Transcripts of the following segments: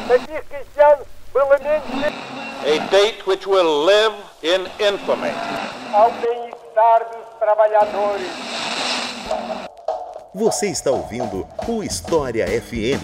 A date which will live in infamy. Ao bem-estar dos trabalhadores. Você está ouvindo o História FM.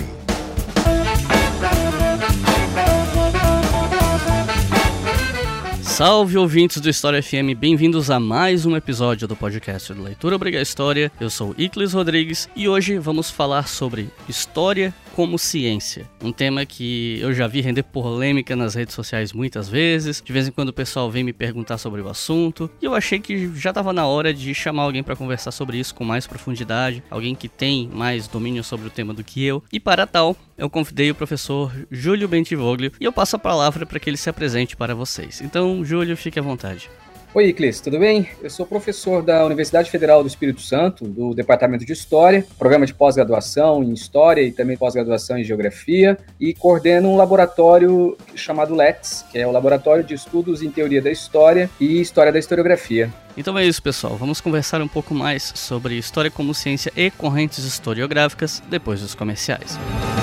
Salve, ouvintes do História FM, bem-vindos a mais um episódio do podcast do Leitura Obriga História. Eu sou Iclis Rodrigues e hoje vamos falar sobre História como Ciência. Um tema que eu já vi render polêmica nas redes sociais muitas vezes. De vez em quando o pessoal vem me perguntar sobre o assunto. E eu achei que já estava na hora de chamar alguém para conversar sobre isso com mais profundidade. Alguém que tem mais domínio sobre o tema do que eu. E para tal, eu convidei o professor Júlio Bentivoglio e eu passo a palavra para que ele se apresente para vocês. Então, Júlio, fique à vontade. Oi, Iclis, tudo bem? Eu sou professor da Universidade Federal do Espírito Santo, do Departamento de História, programa de pós-graduação em História e também pós-graduação em Geografia, e coordeno um laboratório chamado LETS, que é o Laboratório de Estudos em Teoria da História e História da Historiografia. Então é isso, pessoal. Vamos conversar um pouco mais sobre História como Ciência e correntes historiográficas depois dos comerciais.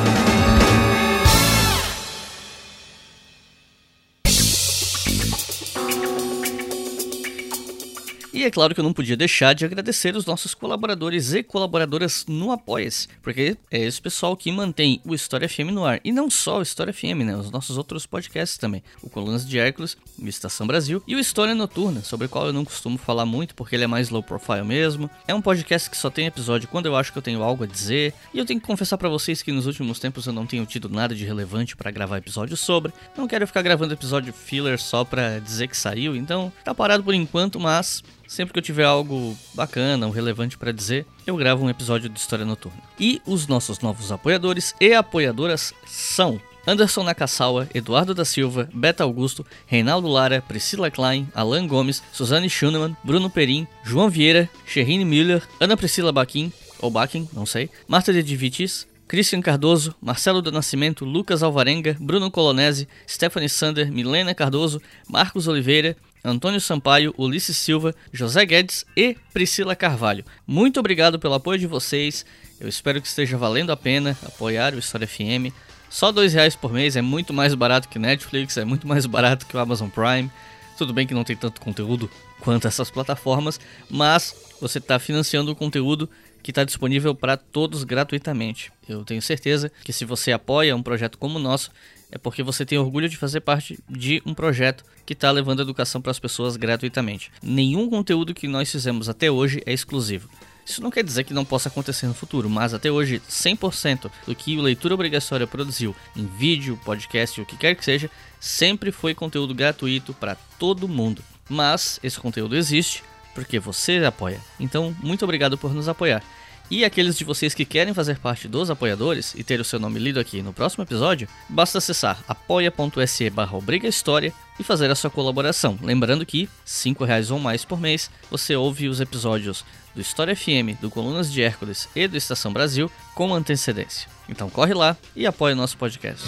E é claro que eu não podia deixar de agradecer os nossos colaboradores e colaboradoras no Apoia-se, porque é esse pessoal que mantém o História FM no ar. E não só o História FM, né? Os nossos outros podcasts também. O Colunas de Hércules, o Estação Brasil e o História Noturna, sobre o qual eu não costumo falar muito, porque ele é mais low profile mesmo. É um podcast que só tem episódio quando eu acho que eu tenho algo a dizer. E eu tenho que confessar pra vocês que nos últimos tempos eu não tenho tido nada de relevante pra gravar episódio sobre. Não quero ficar gravando episódio filler só pra dizer que saiu, então tá parado por enquanto, mas sempre que eu tiver algo bacana ou relevante para dizer, eu gravo um episódio de História Noturna. E os nossos novos apoiadores e apoiadoras são Anderson Nakasawa, Eduardo da Silva, Beto Augusto, Reinaldo Lara, Priscila Klein, Alan Gomes, Suzane Schunemann, Bruno Perim, João Vieira, Sherine Müller, Ana Priscila Baquim, ou Baquim, não sei, Marta de Vitis, Christian Cardoso, Marcelo do Nascimento, Lucas Alvarenga, Bruno Colonese, Stephanie Sander, Milena Cardoso, Marcos Oliveira, Antônio Sampaio, Ulisses Silva, José Guedes e Priscila Carvalho. Muito obrigado pelo apoio de vocês. Eu espero que esteja valendo a pena apoiar o História FM. Só R$2 por mês é muito mais barato que Netflix, é muito mais barato que o Amazon Prime. Tudo bem que não tem tanto conteúdo quanto essas plataformas, mas você está financiando o conteúdo que está disponível para todos gratuitamente. Eu tenho certeza que se você apoia um projeto como o nosso, é porque você tem orgulho de fazer parte de um projeto que está levando educação para as pessoas gratuitamente. Nenhum conteúdo que nós fizemos até hoje é exclusivo. Isso não quer dizer que não possa acontecer no futuro, mas até hoje 100% do que o Leitura Obrigatória produziu em vídeo, podcast, o que quer que seja, sempre foi conteúdo gratuito para todo mundo. Mas esse conteúdo existe porque você apoia. Então, muito obrigado por nos apoiar. E aqueles de vocês que querem fazer parte dos apoiadores e ter o seu nome lido aqui no próximo episódio, basta acessar apoia.se/obrigahistoria e fazer a sua colaboração. Lembrando que R$5 ou mais por mês você ouve os episódios do História FM, do Colunas de Hércules e do Estação Brasil com antecedência. Então corre lá e apoie o nosso podcast.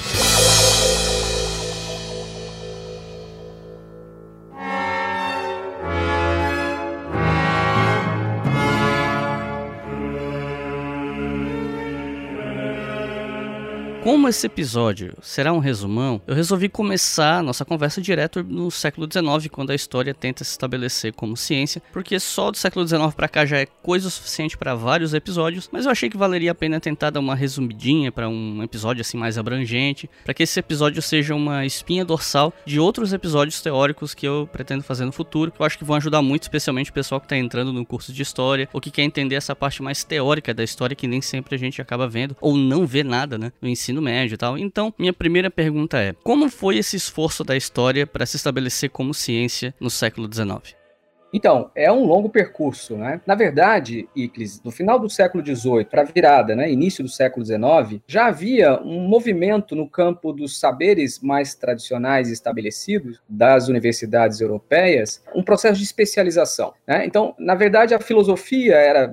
Como esse episódio será um resumão, eu resolvi começar a nossa conversa direto no século XIX, quando a história tenta se estabelecer como ciência, porque só do século XIX pra cá já é coisa suficiente para vários episódios, mas eu achei que valeria a pena tentar dar uma resumidinha para um episódio assim mais abrangente, para que esse episódio seja uma espinha dorsal de outros episódios teóricos que eu pretendo fazer no futuro, que eu acho que vão ajudar muito, especialmente o pessoal que está entrando no curso de história, ou que quer entender essa parte mais teórica da história que nem sempre a gente acaba vendo, ou não vê nada, né, no ensino médio e tal. Então, minha primeira pergunta é: como foi esse esforço da história para se estabelecer como ciência no século XIX? Então, é um longo percurso, né? Na verdade, Iclis, no final do século XVIII, para a virada, né, início do século XIX, já havia um movimento no campo dos saberes mais tradicionais estabelecidos das universidades europeias, um processo de especialização, né? Então, na verdade, a filosofia era vista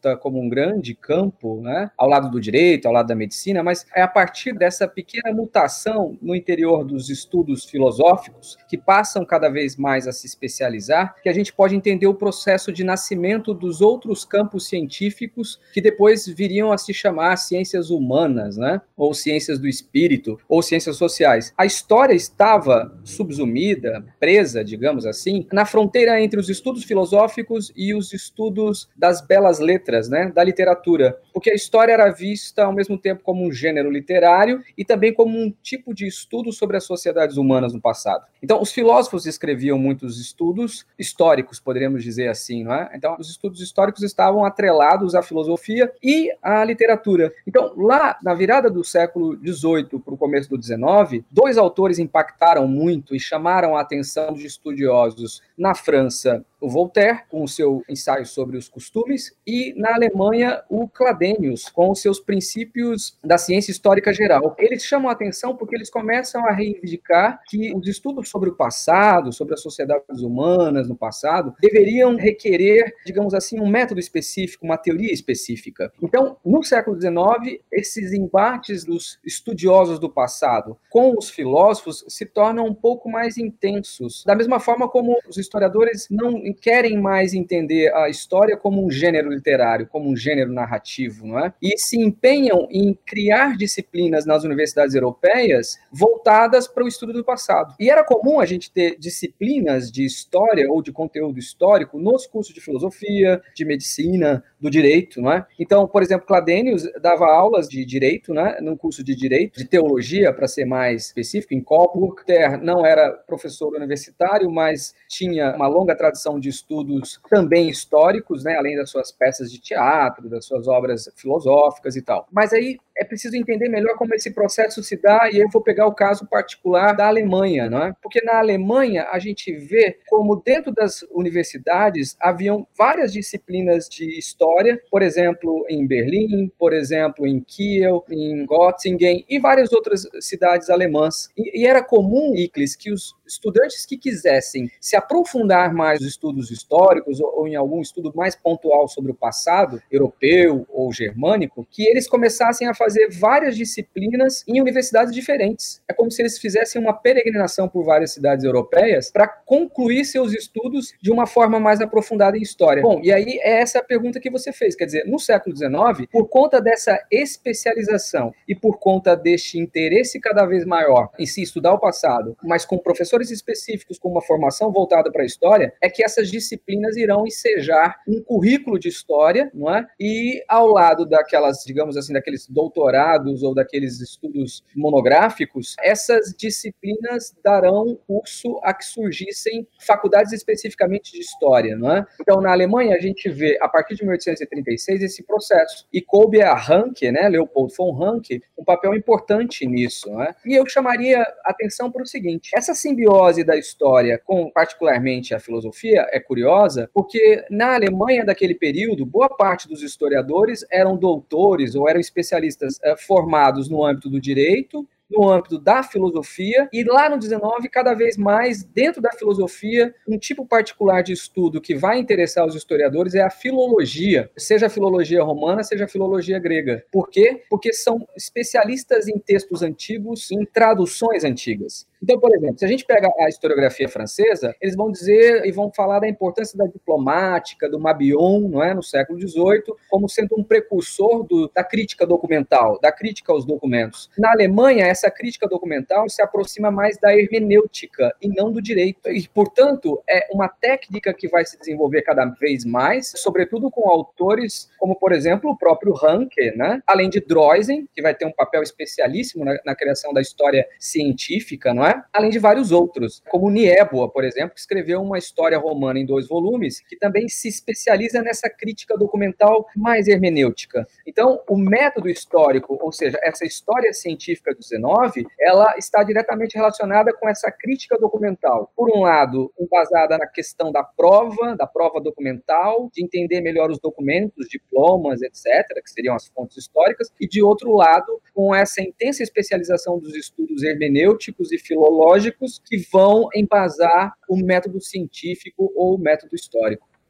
conta como um grande campo, né, ao lado do direito, ao lado da medicina, mas é a partir dessa pequena mutação no interior dos estudos filosóficos, que passam cada vez mais a se especializar, que a gente pode entender o processo de nascimento dos outros campos científicos que depois viriam a se chamar ciências humanas, né, ou ciências do espírito, ou ciências sociais. A história estava subsumida, presa, digamos assim, na fronteira entre os estudos filosóficos e os estudos das belas letras, né, da literatura, porque a história era vista ao mesmo tempo como um gênero literário e também como um tipo de estudo sobre as sociedades humanas no passado. Então, os filósofos escreviam muitos estudos históricos, poderíamos dizer assim, não é? Então, os estudos históricos estavam atrelados à filosofia e à literatura. Então, lá na virada do século XVIII para o começo do XIX, dois autores impactaram muito e chamaram a atenção de estudiosos na França, o Voltaire, com o seu ensaio sobre os costumes, e na Alemanha, o Cladenius, com os seus princípios da ciência histórica geral. Eles chamam a atenção porque eles começam a reivindicar que os estudos sobre o passado, sobre as sociedades humanas no passado, deveriam requerer, digamos assim, um método específico, uma teoria específica. Então, no século XIX, esses embates dos estudiosos do passado com os filósofos se tornam um pouco mais intensos, da mesma forma como os historiadores não querem mais entender a história como um gênero literário, como um gênero narrativo, não é? E se empenham em criar disciplinas nas universidades europeias voltadas para o estudo do passado. E era comum a gente ter disciplinas de história ou de conteúdo histórico nos cursos de filosofia, de medicina, do direito, não é? Então, por exemplo, Cladenius dava aulas de direito, né, num curso de direito, de teologia, para ser mais específico, em Coburg. Voltaire não era professor universitário, mas tinha uma longa tradição de estudos também históricos, né, além das suas peças de teatro, das suas obras filosóficas e tal. Mas aí é preciso entender melhor como esse processo se dá, e eu vou pegar o caso particular da Alemanha, não é? Porque na Alemanha a gente vê como dentro das universidades haviam várias disciplinas de história, por exemplo, em Berlim, por exemplo, em Kiel, em Göttingen e várias outras cidades alemãs. E era comum, Iclis, que os estudantes que quisessem se aprofundar mais nos estudos históricos ou em algum estudo mais pontual sobre o passado, europeu ou germânico, que eles começassem a fazer várias disciplinas em universidades diferentes. É como se eles fizessem uma peregrinação por várias cidades europeias para concluir seus estudos de uma forma mais aprofundada em história. Bom, e aí é essa a pergunta que você fez. Quer dizer, no século XIX, por conta dessa especialização e por conta deste interesse cada vez maior em se estudar o passado, mas com professores específicos com uma formação voltada para a história, é que essas disciplinas irão ensejar um currículo de história, não é? E ao lado daquelas, digamos assim, daqueles doutorados ou daqueles estudos monográficos, essas disciplinas darão curso a que surgissem faculdades especificamente de história, não é? Então, na Alemanha, a gente vê, a partir de 1836, esse processo. E coube a Ranke, né, Leopold von Ranke, um papel importante nisso, não é? E eu chamaria atenção para o seguinte: essa simbiose da história com, particularmente, a filosofia é curiosa, porque na Alemanha daquele período, boa parte dos historiadores eram doutores ou eram especialistas formados no âmbito do direito, no âmbito da filosofia, e lá no 19, cada vez mais, dentro da filosofia, um tipo particular de estudo que vai interessar os historiadores é a filologia, seja a filologia romana, seja a filologia grega. Por quê? Porque são especialistas em textos antigos, em traduções antigas. Então, por exemplo, se a gente pega a historiografia francesa, eles vão dizer e vão falar da importância da diplomática, do Mabillon, não é, no século XVIII, como sendo um precursor da crítica documental, da crítica aos documentos. Na Alemanha, essa crítica documental se aproxima mais da hermenêutica e não do direito. E, portanto, é uma técnica que vai se desenvolver cada vez mais, sobretudo com autores como, por exemplo, o próprio Ranke, né? Além de Droysen, que vai ter um papel especialíssimo na criação da história científica, não é? Além de vários outros, como Nieboa, por exemplo, que escreveu uma história romana em 2 volumes, que também se especializa nessa crítica documental mais hermenêutica. Então, o método histórico, ou seja, essa história científica do 19, ela está diretamente relacionada com essa crítica documental. Por um lado, embasada na questão da prova documental, de entender melhor os documentos, diplomas, etc., que seriam as fontes históricas, e de outro lado, com essa intensa especialização dos estudos hermenêuticos e filológicos que vão embasar o método científico ou o método histórico.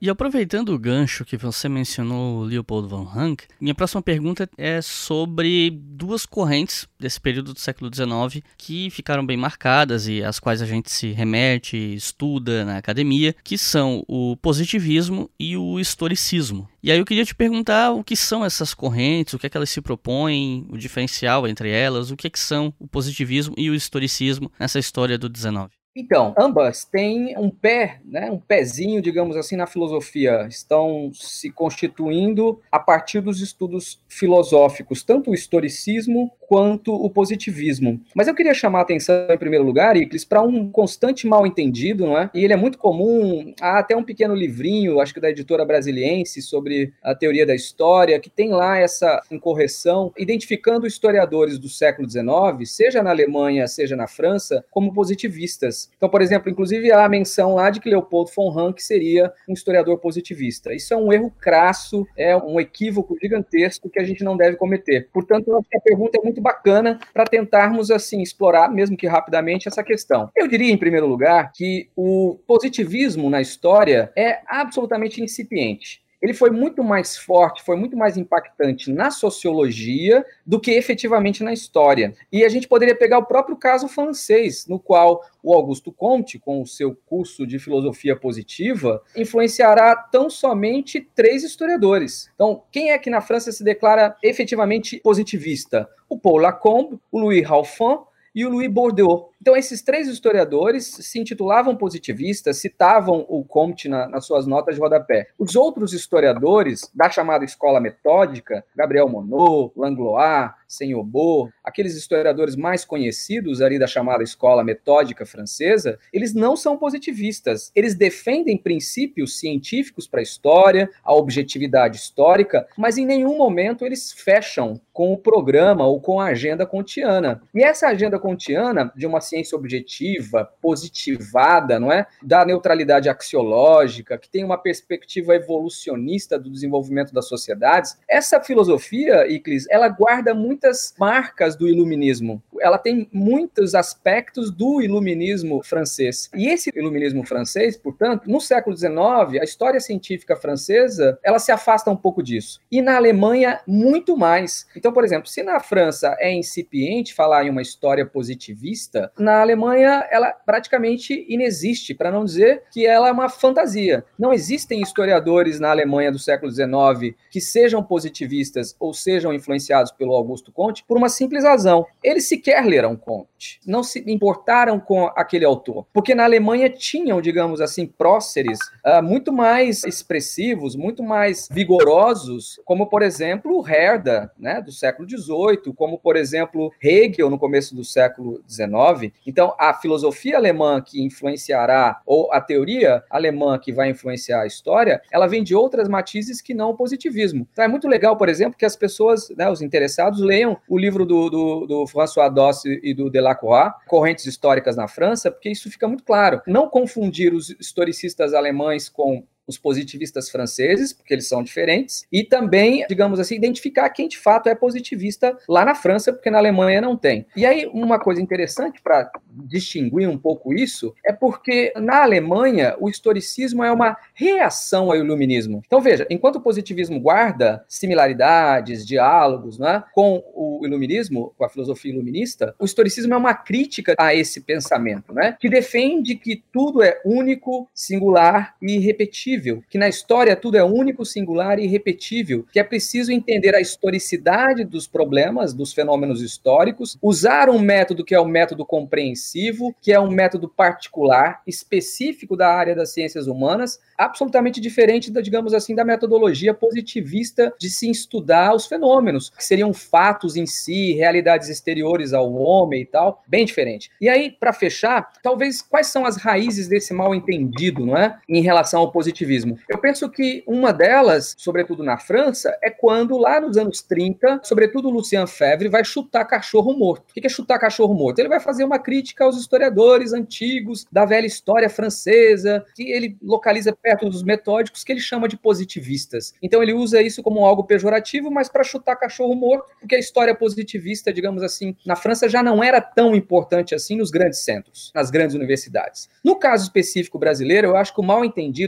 E aproveitando o gancho que você mencionou, Leopold von Ranke, minha próxima pergunta é sobre duas correntes desse período do século XIX que ficaram bem marcadas e às quais a gente se remete, estuda na academia, que são o positivismo e o historicismo. E aí eu queria te perguntar o que são essas correntes, o que é que elas se propõem, o diferencial entre elas, o que é que são o positivismo e o historicismo nessa história do XIX. Então, ambas têm um pé, né, um pezinho, digamos assim, na filosofia. Estão se constituindo a partir dos estudos filosóficos, tanto o historicismo quanto o positivismo. Mas eu queria chamar a atenção, em primeiro lugar, Iclis, para um constante mal-entendido, não é? E ele é muito comum. Há até um pequeno livrinho, acho que da editora Brasiliense, sobre a teoria da história, que tem lá essa incorreção, identificando historiadores do século XIX, seja na Alemanha, seja na França, como positivistas. Então, por exemplo, inclusive há a menção lá de que Leopold von Ranke seria um historiador positivista. Isso é um erro crasso, é um equívoco gigantesco que a gente não deve cometer. Portanto, eu acho que a pergunta é muito bacana para tentarmos, assim, explorar, mesmo que rapidamente, essa questão. Eu diria, em primeiro lugar, que o positivismo na história é absolutamente incipiente. Ele foi muito mais forte, foi muito mais impactante na sociologia do que efetivamente na história. E a gente poderia pegar o próprio caso francês, no qual o Auguste Comte, com o seu curso de filosofia positiva, influenciará tão somente 3 historiadores. Então, quem é que na França se declara efetivamente positivista? O Paul Lacombe, o Louis Raufin e o Louis Bourdieu. Então, esses 3 historiadores se intitulavam positivistas, citavam o Comte nas suas notas de rodapé. Os outros historiadores da chamada escola metódica, Gabriel Monod, Langlois, Saint-Aubert, aqueles historiadores mais conhecidos ali da chamada escola metódica francesa, eles não são positivistas. Eles defendem princípios científicos para a história, a objetividade histórica, mas em nenhum momento eles fecham com o programa ou com a agenda kantiana. E essa agenda kantiana, de uma ciência objetiva, positivada, não é? Da neutralidade axiológica, que tem uma perspectiva evolucionista do desenvolvimento das sociedades, essa filosofia, Iclis, ela guarda muitas marcas do iluminismo. Ela tem muitos aspectos do iluminismo francês. E esse iluminismo francês, portanto, no século XIX, a história científica francesa, ela se afasta um pouco disso. E na Alemanha, muito mais. Então, por exemplo, se na França é incipiente falar em uma história positivista, na Alemanha ela praticamente inexiste, para não dizer que ela é uma fantasia. Não existem historiadores na Alemanha do século XIX que sejam positivistas ou sejam influenciados pelo Auguste Comte por uma simples razão. Eles sequer leram Comte, não se importaram com aquele autor, porque na Alemanha tinham, digamos assim, próceres muito mais expressivos, muito mais vigorosos, como, por exemplo, Herder, né, do século XVIII, como, por exemplo, Hegel, no começo do século XIX. Então, a filosofia alemã que influenciará, ou a teoria alemã que vai influenciar a história, ela vem de outras matizes que não o positivismo. Então, é muito legal, por exemplo, que as pessoas, né, os interessados, leiam o livro do François Dosse e do Delacroix, Correntes Históricas na França, porque isso fica muito claro. Não confundir os historicistas alemães com os positivistas franceses, porque eles são diferentes, e também, digamos assim, identificar quem de fato é positivista lá na França, porque na Alemanha não tem. E aí, uma coisa interessante para distinguir um pouco isso, é porque na Alemanha o historicismo é uma reação ao iluminismo. Então veja, enquanto o positivismo guarda similaridades, diálogos, né, com o iluminismo, com a filosofia iluminista, o historicismo é uma crítica a esse pensamento, né, que defende que tudo é único, singular e irrepetível, que na história tudo é único, singular e irrepetível, que é preciso entender a historicidade dos problemas, dos fenômenos históricos, usar um método que é o método compreensivo, que é um método particular, específico da área das ciências humanas, absolutamente diferente da, digamos assim, da metodologia positivista de se estudar os fenômenos, que seriam fatos em si, realidades exteriores ao homem e tal, bem diferente. E aí, para fechar, talvez quais são as raízes desse mal-entendido, não é, em relação ao positivismo? Eu penso que uma delas, sobretudo na França, é quando lá nos anos 30, sobretudo Lucien Febvre vai chutar cachorro morto. O que é chutar cachorro morto? Ele vai fazer uma crítica aos historiadores antigos da velha história francesa, que ele localiza perto dos metódicos, que ele chama de positivistas. Então ele usa isso como algo pejorativo, mas para chutar cachorro morto, porque a história positivista, digamos assim, na França já não era tão importante assim nos grandes centros, nas grandes universidades. No caso específico brasileiro, eu acho que o mal-entendido chamar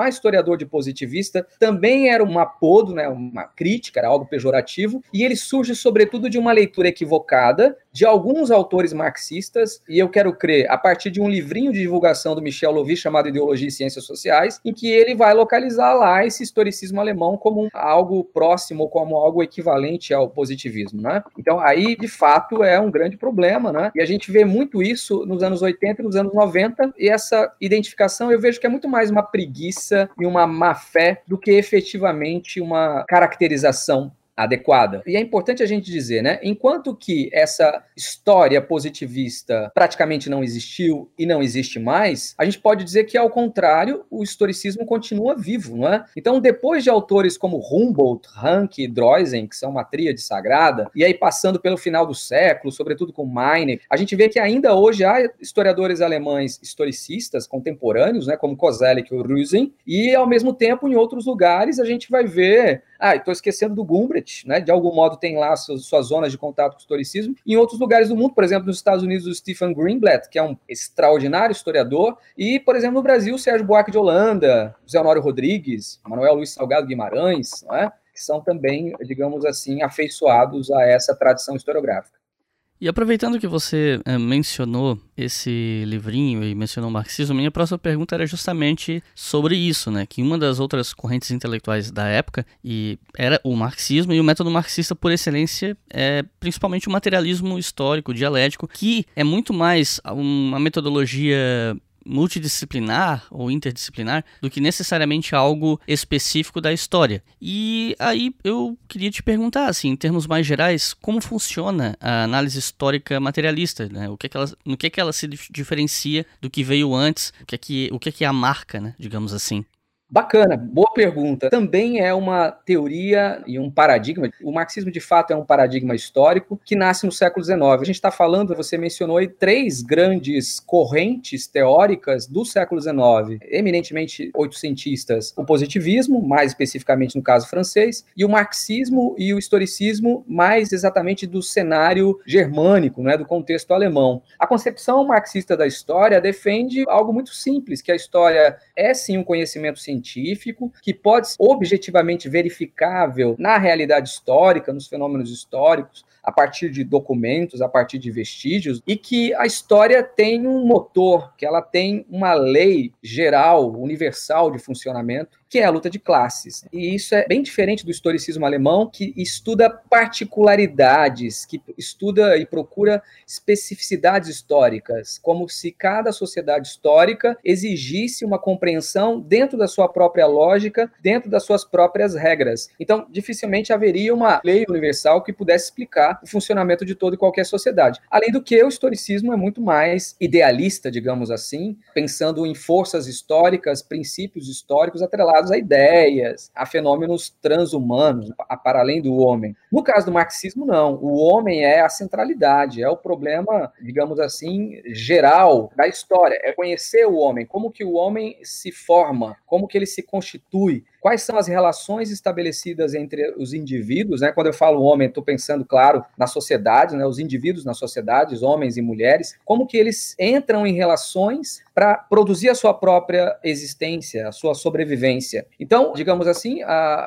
chamar historiador de positivista também era um apodo, né, uma crítica, era algo pejorativo, e ele surge sobretudo de uma leitura equivocada de alguns autores marxistas, e eu quero crer, a partir de um livrinho de divulgação do Michel Lovy chamado Ideologia e Ciências Sociais, em que ele vai localizar lá esse historicismo alemão como algo próximo, como algo equivalente ao positivismo, né? Então aí, de fato, é um grande problema, né? E a gente vê muito isso nos anos 80 e nos anos 90, e essa identificação eu vejo que é muito mais uma preguiça e uma má-fé do que efetivamente uma caracterização adequada. E é importante a gente dizer, né, enquanto que essa história positivista praticamente não existiu e não existe mais, a gente pode dizer que, ao contrário, o historicismo continua vivo, não é? Então, depois de autores como Humboldt, Ranke e Droysen, que são uma tríade sagrada, e aí passando pelo final do século, sobretudo com Meinecke, a gente vê que ainda hoje há historiadores alemães historicistas contemporâneos, né, como Koselleck e Rüsen, e, ao mesmo tempo, em outros lugares, a gente vai ver... estou esquecendo do Gumbrich, né? De algum modo tem lá suas zonas de contato com o historicismo. Em outros lugares do mundo, por exemplo, nos Estados Unidos, o Stephen Greenblatt, que é um extraordinário historiador, e, por exemplo, no Brasil, o Sérgio Buarque de Holanda, José Honório Rodrigues, Manuel Luiz Salgado Guimarães, não é? Que são também, digamos assim, afeiçoados a essa tradição historiográfica. E aproveitando que você mencionou esse livrinho e mencionou o marxismo, minha próxima pergunta era justamente sobre isso, né? Que uma das outras correntes intelectuais da época era o marxismo, e o método marxista por excelência é principalmente o materialismo histórico, dialético, que é muito mais uma metodologia multidisciplinar ou interdisciplinar do que necessariamente algo específico da história. E aí eu queria te perguntar, assim, em termos mais gerais, como funciona a análise histórica materialista, né? No que ela se diferencia do que veio antes, o que é a marca, né, digamos assim? Bacana, boa pergunta. Também é uma teoria e um paradigma. O marxismo, de fato, é um paradigma histórico que nasce no século XIX. A gente está falando, você mencionou aí, 3 grandes correntes teóricas do século XIX, eminentemente oitocentistas: o positivismo, mais especificamente no caso francês, e o marxismo e o historicismo, mais exatamente do cenário germânico, né, do contexto alemão. A concepção marxista da história defende algo muito simples, que a história é sim um conhecimento científico, que pode ser objetivamente verificável na realidade histórica, nos fenômenos históricos, a partir de documentos, a partir de vestígios, e que a história tem um motor, que ela tem uma lei geral, universal de funcionamento, que é a luta de classes. E isso é bem diferente do historicismo alemão, que estuda particularidades, que estuda e procura especificidades históricas, como se cada sociedade histórica exigisse uma compreensão dentro da sua própria lógica, dentro das suas próprias regras. Então, dificilmente haveria uma lei universal que pudesse explicar o funcionamento de toda e qualquer sociedade. Além do que, o historicismo é muito mais idealista, digamos assim, pensando em forças históricas, princípios históricos atrelados a ideias, a fenômenos transhumanos, para além do homem. No caso do marxismo, não. O homem é a centralidade, é o problema, digamos assim, geral da história. É conhecer o homem, como que o homem se forma, como que ele se constitui, quais são as relações estabelecidas entre os indivíduos, né? Quando eu falo homem, estou pensando, claro, na sociedade, né? Os indivíduos na sociedade, homens e mulheres, como que eles entram em relações para produzir a sua própria existência, a sua sobrevivência. Então, digamos assim,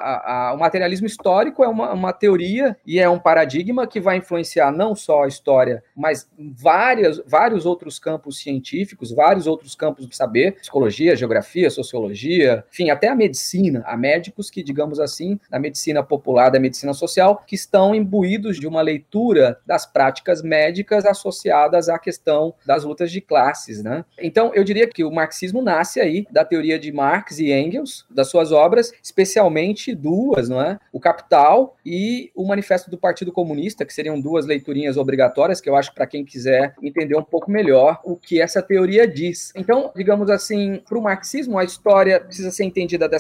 o materialismo histórico é uma teoria e é um paradigma que vai influenciar não só a história, mas vários outros campos científicos, vários outros campos do saber, psicologia, geografia, sociologia, enfim, até a medicina. Há médicos que, digamos assim, na medicina popular, da medicina social, que estão imbuídos de uma leitura das práticas médicas associadas à questão das lutas de classes, né? Então, eu diria que o marxismo nasce aí da teoria de Marx e Engels, das suas obras, especialmente duas, não é? O Capital e o Manifesto do Partido Comunista, que seriam 2 leiturinhas obrigatórias, que eu acho para quem quiser entender um pouco melhor o que essa teoria diz. Então, digamos assim, para o marxismo, a história precisa ser entendida dessa forma,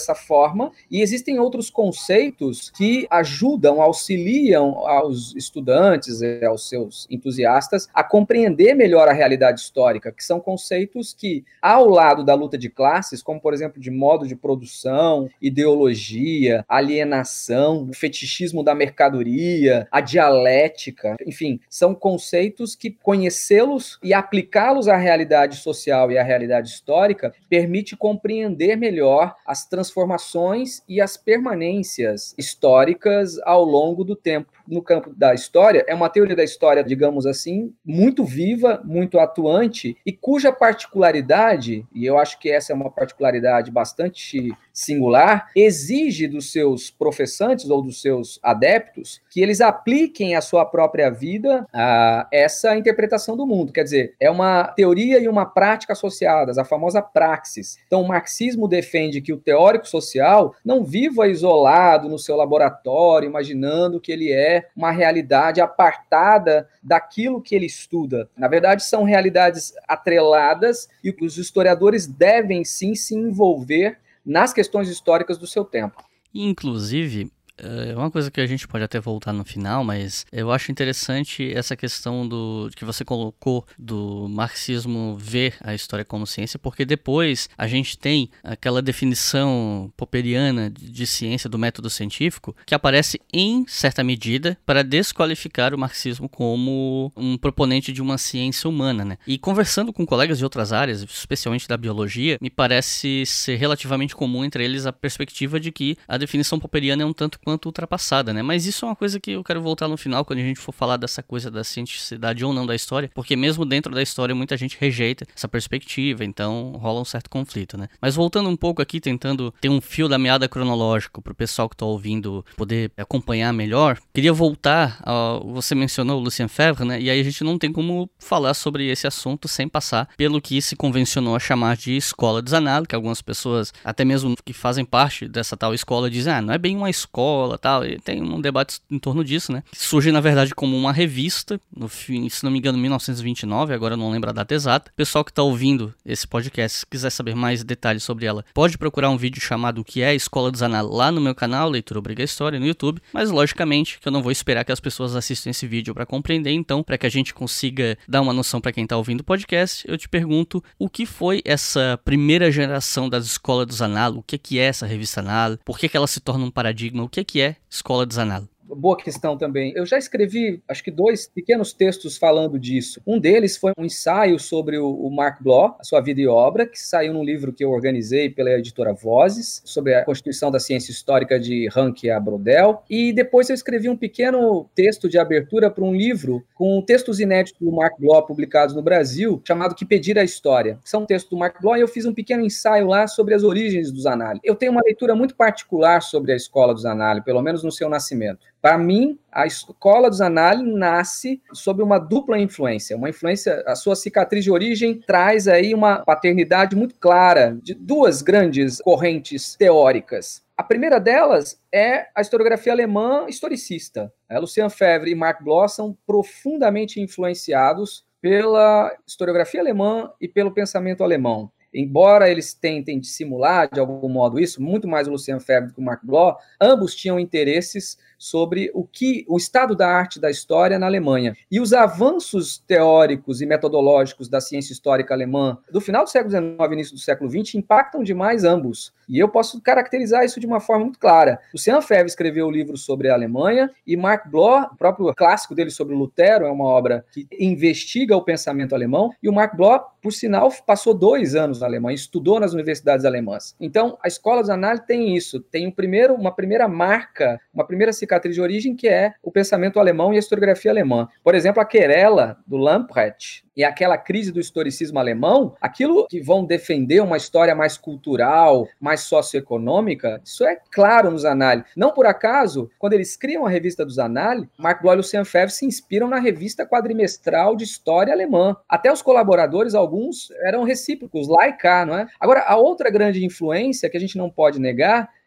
forma, e existem outros conceitos que ajudam, auxiliam aos estudantes, aos seus entusiastas, a compreender melhor a realidade histórica, que são conceitos que, ao lado da luta de classes, como, por exemplo, de modo de produção, ideologia, alienação, o fetichismo da mercadoria, a dialética, enfim, são conceitos que conhecê-los e aplicá-los à realidade social e à realidade histórica permite compreender melhor as transformações e as permanências históricas ao longo do tempo. No campo da história, é uma teoria da história, digamos assim, muito viva, muito atuante, e cuja particularidade, e eu acho que essa é uma particularidade bastante singular, exige dos seus professantes ou dos seus adeptos que eles apliquem a sua própria vida a essa interpretação do mundo. Quer dizer, é uma teoria e uma prática associadas, a famosa praxis. Então, o marxismo defende que o teórico social não viva isolado no seu laboratório, imaginando que ele é uma realidade apartada daquilo que ele estuda. Na verdade, são realidades atreladas e os historiadores devem sim se envolver nas questões históricas do seu tempo. Inclusive, é uma coisa que a gente pode até voltar no final, mas eu acho interessante essa questão que você colocou do marxismo ver a história como ciência, porque depois a gente tem aquela definição popperiana de ciência do método científico que aparece em certa medida para desqualificar o marxismo como um proponente de uma ciência humana, né? E conversando com colegas de outras áreas, especialmente da biologia, me parece ser relativamente comum entre eles a perspectiva de que a definição popperiana é um tanto quanto ultrapassada, né? Mas isso é uma coisa que eu quero voltar no final, quando a gente for falar dessa coisa da cientificidade ou não da história, porque mesmo dentro da história muita gente rejeita essa perspectiva, então rola um certo conflito, né? Mas voltando um pouco aqui, tentando ter um fio da meada cronológico pro pessoal que tá ouvindo poder acompanhar melhor, queria voltar você mencionou o Lucien Febvre, né? E aí a gente não tem como falar sobre esse assunto sem passar pelo que se convencionou a chamar de escola dos análises, que algumas pessoas, até mesmo que fazem parte dessa tal escola, dizem, não é bem uma escola, tal, e tem um debate em torno disso, né? Surge, na verdade, como uma revista, no fim, se não me engano, 1929, agora eu não lembro a data exata. O pessoal que está ouvindo esse podcast, se quiser saber mais detalhes sobre ela, pode procurar um vídeo chamado O que é a Escola dos Análises lá no meu canal, Leitura Obriga História, no YouTube, mas logicamente que eu não vou esperar que as pessoas assistam esse vídeo para compreender, então, para que a gente consiga dar uma noção para quem está ouvindo o podcast, eu te pergunto o que foi essa primeira geração das escolas dos análises, o que é essa revista Análise, por que ela se torna um paradigma, o que é Escola dos Análises? Boa questão também. Eu já escrevi, acho que 2 pequenos textos falando disso. Um deles foi um ensaio sobre o Marc Bloch, a sua vida e obra, que saiu num livro que eu organizei pela editora Vozes, sobre a Constituição da Ciência Histórica de Ranke a Brodel. E depois eu escrevi um pequeno texto de abertura para um livro com textos inéditos do Marc Bloch publicados no Brasil, chamado Que Pedir a História. São textos do Marc Bloch e eu fiz um pequeno ensaio lá sobre as origens dos análises. Eu tenho uma leitura muito particular sobre a escola dos análises, pelo menos no seu nascimento. Para mim, a escola dos análises nasce sob uma dupla influência. Uma influência, a sua cicatriz de origem traz aí uma paternidade muito clara de 2 grandes correntes teóricas. A primeira delas é a historiografia alemã historicista. Lucien Febvre e Marc Bloch são profundamente influenciados pela historiografia alemã e pelo pensamento alemão. Embora eles tentem dissimular de algum modo isso, muito mais o Lucien Febvre do que o Marc Bloch, ambos tinham interesses sobre o estado da arte da história na Alemanha. E os avanços teóricos e metodológicos da ciência histórica alemã do final do século XIX e início do século XX impactam demais ambos. E eu posso caracterizar isso de uma forma muito clara. Lucien Febvre escreveu o livro sobre a Alemanha e Marc Bloch, o próprio clássico dele sobre Lutero, é uma obra que investiga o pensamento alemão, e o Marc Bloch, por sinal, passou 2 anos na Alemanha, estudou nas universidades alemãs. Então, a escola dos análises tem isso, tem uma primeira marca, uma primeira cicatriz de origem, que é o pensamento alemão e a historiografia alemã. Por exemplo, a querela do Lamprecht e aquela crise do historicismo alemão, aquilo que vão defender uma história mais cultural, mais socioeconômica, isso é claro nos análises. Não por acaso, quando eles criam a revista dos análises, Marc Bloch e Lucien Febvre se inspiram na revista quadrimestral de história alemã. Até os colaboradores, alguns, eram recíprocos, lá e cá, não é? Agora, a outra grande influência que a gente não pode negar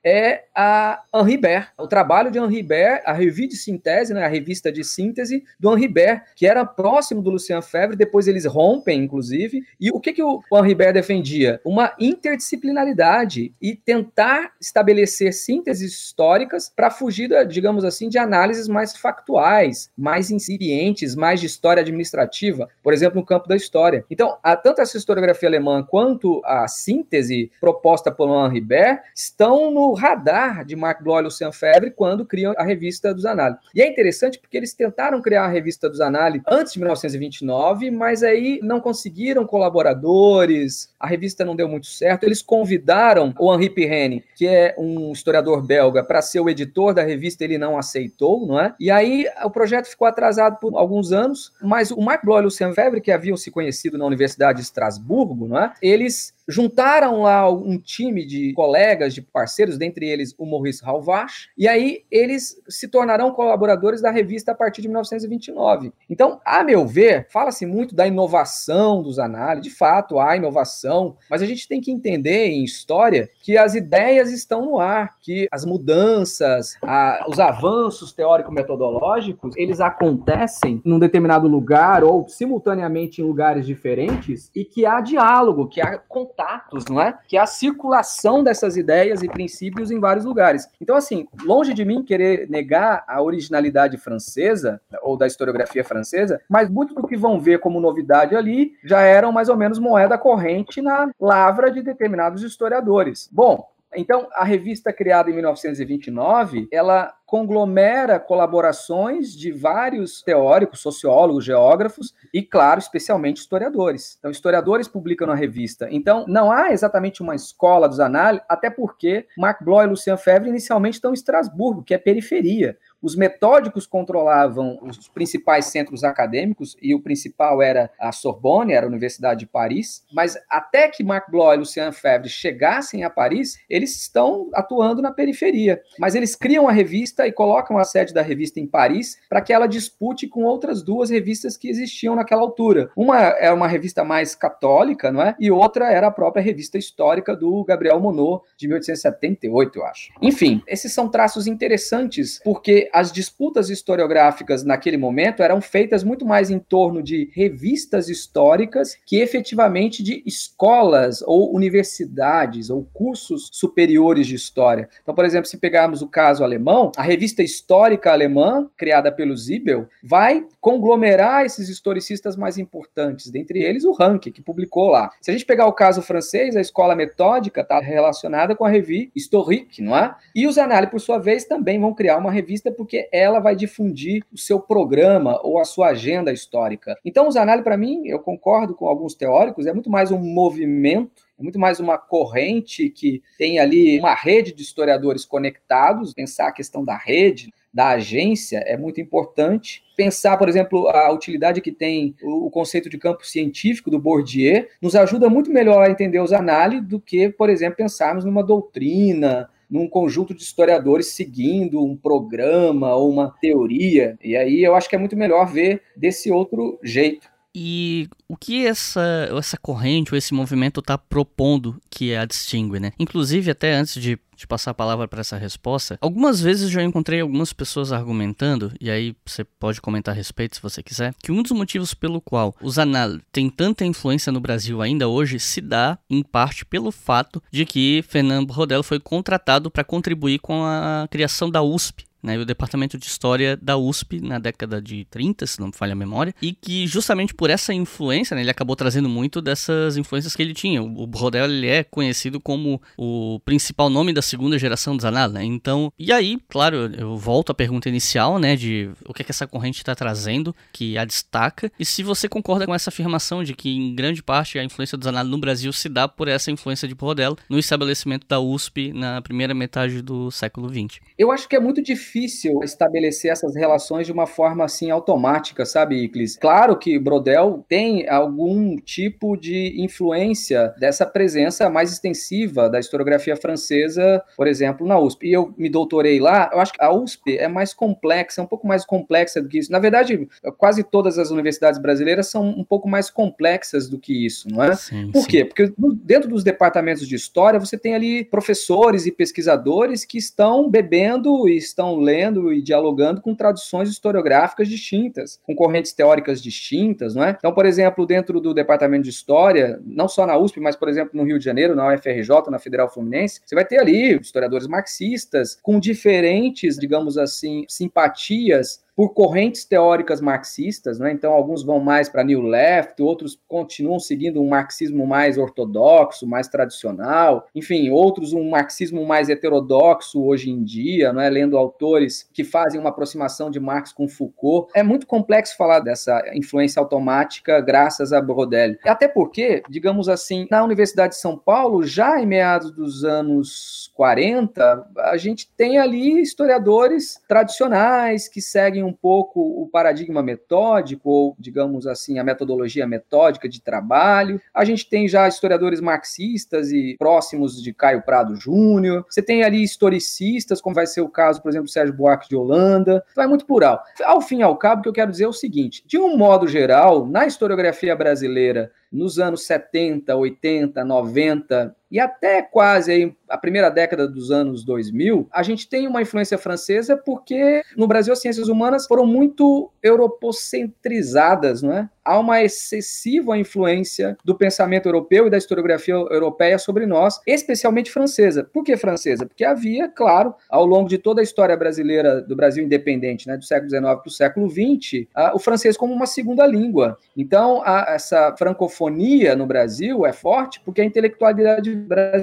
é a Henri Bert, o trabalho de Henri Bert, a Revue de Synthèse, né, a revista de síntese do Henri Bert, que era próximo do Lucien Febvre, depois eles rompem, inclusive, e o que o Henri Bert defendia? Uma interdisciplinaridade e tentar estabelecer sínteses históricas para fugir, digamos assim, de análises mais factuais, mais incipientes, mais de história administrativa, por exemplo, no campo da história. Então, tanto essa historiografia alemã quanto a síntese proposta por Henri Bert estão no radar de Marc Bloch e Lucien Febvre quando criam a Revista dos Annales. E é interessante porque eles tentaram criar a Revista dos Annales antes de 1929, mas aí não conseguiram colaboradores, a revista não deu muito certo. Eles convidaram o Henri Pirenne, que é um historiador belga, para ser o editor da revista, ele não aceitou, não é? E aí o projeto ficou atrasado por alguns anos, mas o Marc Bloch e Lucien Febvre, que haviam se conhecido na Universidade de Estrasburgo, não é? Eles juntaram lá um time de colegas, de parceiros, dentre eles o Maurice Halbwach, e aí eles se tornarão colaboradores da revista a partir de 1929. Então, a meu ver, fala-se muito da inovação dos análises, de fato há inovação, mas a gente tem que entender em história que as ideias estão no ar, que as mudanças, os avanços teórico-metodológicos, eles acontecem num determinado lugar ou simultaneamente em lugares diferentes e que há diálogo, que há contatos, não é? Que há circulação dessas ideias e princípios em vários lugares. Então, assim, longe de mim querer negar a originalidade francesa ou da historiografia francesa, mas muito do que vão ver como novidade ali já eram mais ou menos moeda corrente na lavra de determinados historiadores. Bom, então, a revista criada em 1929, ela conglomera colaborações de vários teóricos, sociólogos, geógrafos e, claro, especialmente historiadores. Então, historiadores publicam na revista. Então, não há exatamente uma escola dos análises, até porque Marc Bloch e Lucien Febvre inicialmente estão em Estrasburgo, que é periferia. Os metódicos controlavam os principais centros acadêmicos, e o principal era a Sorbonne, era a Universidade de Paris, mas até que Marc Bloch e Lucien Febvre chegassem a Paris, eles estão atuando na periferia. Mas eles criam a revista e colocam a sede da revista em Paris para que ela dispute com outras duas revistas que existiam naquela altura. Uma é uma revista mais católica, não é? E outra era a própria revista histórica do Gabriel Monod, de 1878, eu acho. Enfim, esses são traços interessantes, porque as disputas historiográficas naquele momento eram feitas muito mais em torno de revistas históricas que efetivamente de escolas ou universidades ou cursos superiores de história. Então, por exemplo, se pegarmos o caso alemão, a revista histórica alemã, criada pelo Zibel, vai conglomerar esses historicistas mais importantes, dentre eles o Ranke, que publicou lá. Se a gente pegar o caso francês, a escola metódica está relacionada com a Revue Historique, não é? E os análises, por sua vez, também vão criar uma revista porque ela vai difundir o seu programa ou a sua agenda histórica. Então, os análises, para mim, eu concordo com alguns teóricos, é muito mais um movimento, é muito mais uma corrente que tem ali uma rede de historiadores conectados. Pensar a questão da rede, da agência, é muito importante. Pensar, por exemplo, a utilidade que tem o conceito de campo científico do Bourdieu nos ajuda muito melhor a entender os análises do que, por exemplo, pensarmos numa doutrina, num conjunto de historiadores seguindo um programa ou uma teoria. E aí eu acho que é muito melhor ver desse outro jeito. E o que essa corrente ou esse movimento está propondo que a distingue, né? Inclusive, até antes de passar a palavra para essa resposta, algumas vezes já encontrei algumas pessoas argumentando, e aí você pode comentar a respeito se você quiser, que um dos motivos pelo qual os análises têm tanta influência no Brasil ainda hoje se dá, em parte, pelo fato de que Fernand Braudel foi contratado para contribuir com a criação da USP, né, o departamento de história da USP na década de 30, se não me falha a memória, e que justamente por essa influência, né, ele acabou trazendo muito dessas influências que ele tinha. O Braudel, ele é conhecido como o principal nome da segunda geração dos análises, né? Então, e aí, claro, eu volto à pergunta inicial, né, de o que é que essa corrente está trazendo, que a destaca, e se você concorda com essa afirmação de que, em grande parte, a influência dos análises no Brasil se dá por essa influência de Braudel no estabelecimento da USP na primeira metade do século XX. Eu acho que é muito difícil difícil estabelecer essas relações de uma forma assim automática, sabe, Iclis? Claro que Brodel tem algum tipo de influência dessa presença mais extensiva da historiografia francesa, por exemplo, na USP. E eu me doutorei lá, eu acho que a USP é mais complexa, um pouco mais complexa do que isso. Na verdade, quase todas as universidades brasileiras são um pouco mais complexas do que isso, não é? Sim, Por quê? Porque dentro dos departamentos de história, você tem ali professores e pesquisadores que estão bebendo e estão lendo e dialogando com tradições historiográficas distintas, com correntes teóricas distintas, não é? Então, por exemplo, dentro do departamento de história, não só na USP, mas, por exemplo, no Rio de Janeiro, na UFRJ, na Federal Fluminense, você vai ter ali historiadores marxistas com diferentes, digamos assim, simpatias por correntes teóricas marxistas, né? Então alguns vão mais para New Left, outros continuam seguindo um marxismo mais ortodoxo, mais tradicional, enfim, outros um marxismo mais heterodoxo hoje em dia, né? Lendo autores que fazem uma aproximação de Marx com Foucault. É muito complexo falar dessa influência automática graças a Brodel. Até porque, digamos assim, na Universidade de São Paulo, já em meados dos anos 40, a gente tem ali historiadores tradicionais que seguem um pouco o paradigma metódico, ou, digamos assim, a metodologia metódica de trabalho. A gente tem já historiadores marxistas e próximos de Caio Prado Júnior. Você tem ali historicistas, como vai ser o caso, por exemplo, do Sérgio Buarque de Holanda. Então é muito plural. Ao fim e ao cabo, o que eu quero dizer é o seguinte: de um modo geral, na historiografia brasileira, nos anos 70, 80, 90 e até quase aí a primeira década dos anos 2000, a gente tem uma influência francesa porque no Brasil as ciências humanas foram muito europocentrizadas, não é? Há uma excessiva influência do pensamento europeu e da historiografia europeia sobre nós, especialmente francesa. Por que francesa? Porque havia, claro, ao longo de toda a história brasileira, do Brasil independente, né, do século XIX para o século XX, o francês como uma segunda língua. Então, essa francofonia no Brasil é forte porque a intelectualidade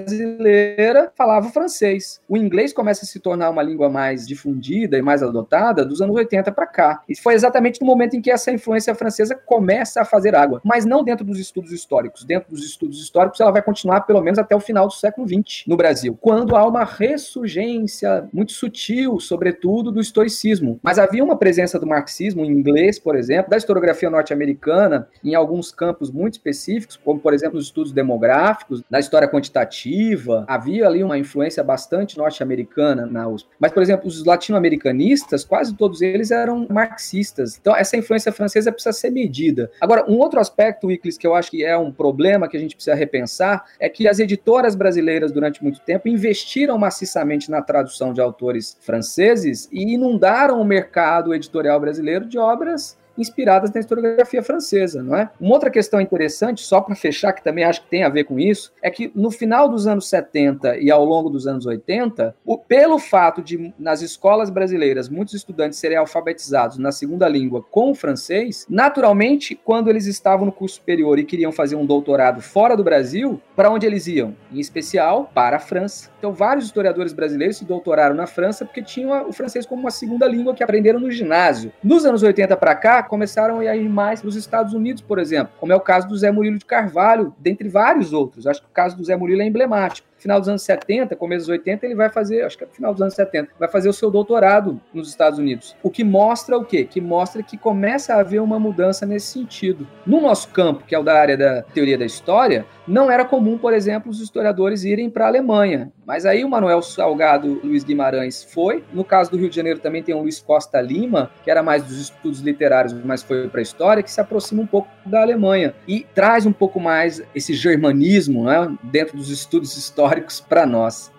brasileira falava francês. O inglês começa a se tornar uma língua mais difundida e mais adotada dos anos 80 para cá. E foi exatamente no momento em que essa influência francesa começa a fazer água, mas não dentro dos estudos históricos. Dentro dos estudos históricos, ela vai continuar pelo menos até o final do século XX no Brasil, quando há uma ressurgência muito sutil, sobretudo, do estoicismo. Mas havia uma presença do marxismo em inglês, por exemplo, da historiografia norte-americana, em alguns campos muito específicos, como, por exemplo, os estudos demográficos, da história quantitativa. Havia ali uma influência bastante norte-americana na USP. Mas, por exemplo, os latino-americanistas, quase todos eles eram marxistas. Então, essa influência francesa precisa ser medida. Agora, um outro aspecto, Iclis, que eu acho que é um problema que a gente precisa repensar, é que as editoras brasileiras, durante muito tempo, investiram maciçamente na tradução de autores franceses e inundaram o mercado editorial brasileiro de obras inspiradas na historiografia francesa, não é? Uma outra questão interessante, só para fechar, que também acho que tem a ver com isso, é que no final dos anos 70 e ao longo dos anos 80, pelo fato de, nas escolas brasileiras, muitos estudantes serem alfabetizados na segunda língua com o francês, naturalmente, quando eles estavam no curso superior e queriam fazer um doutorado fora do Brasil, para onde eles iam? Em especial, para a França. Então, vários historiadores brasileiros se doutoraram na França porque tinham o francês como uma segunda língua que aprenderam no ginásio. Nos anos 80 para cá, começaram a ir mais para os Estados Unidos, por exemplo, como é o caso do Zé Murilo de Carvalho, dentre vários outros. Acho que o caso do Zé Murilo é emblemático. Final dos anos 70, começo dos 80, ele vai fazer, acho que é no final dos anos 70, vai fazer o seu doutorado nos Estados Unidos. O que mostra o quê? Que mostra que começa a haver uma mudança nesse sentido. No nosso campo, que é o da área da teoria da história, não era comum, por exemplo, os historiadores irem para a Alemanha. Mas aí o Manuel Salgado Luiz Guimarães foi. No caso do Rio de Janeiro também tem o Luiz Costa Lima, que era mais dos estudos literários, mas foi para a história, que se aproxima um pouco da Alemanha e traz um pouco mais esse germanismo, né, dentro dos estudos históricos para nós.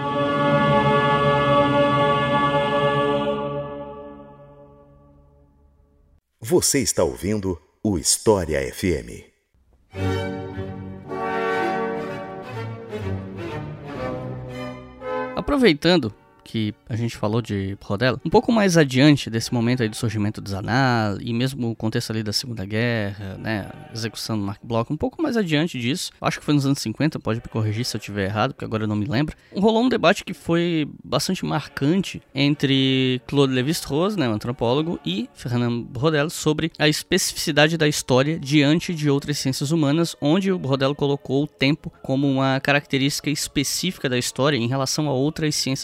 Você está ouvindo o História FM. Aproveitando que a gente falou de Brodel, um pouco mais adiante desse momento aí do surgimento dos Annales e mesmo o contexto ali da Segunda Guerra, né, a execução do Marc Bloch, um pouco mais adiante disso, acho que foi nos anos 50, pode me corrigir se eu estiver errado, porque agora eu não me lembro, rolou um debate que foi bastante marcante entre Claude Lévi-Strauss, né, um antropólogo, e Fernand Brodel sobre a especificidade da história diante de outras ciências humanas, onde o Brodel colocou o tempo como uma característica específica da história em relação a outras ciências humanas.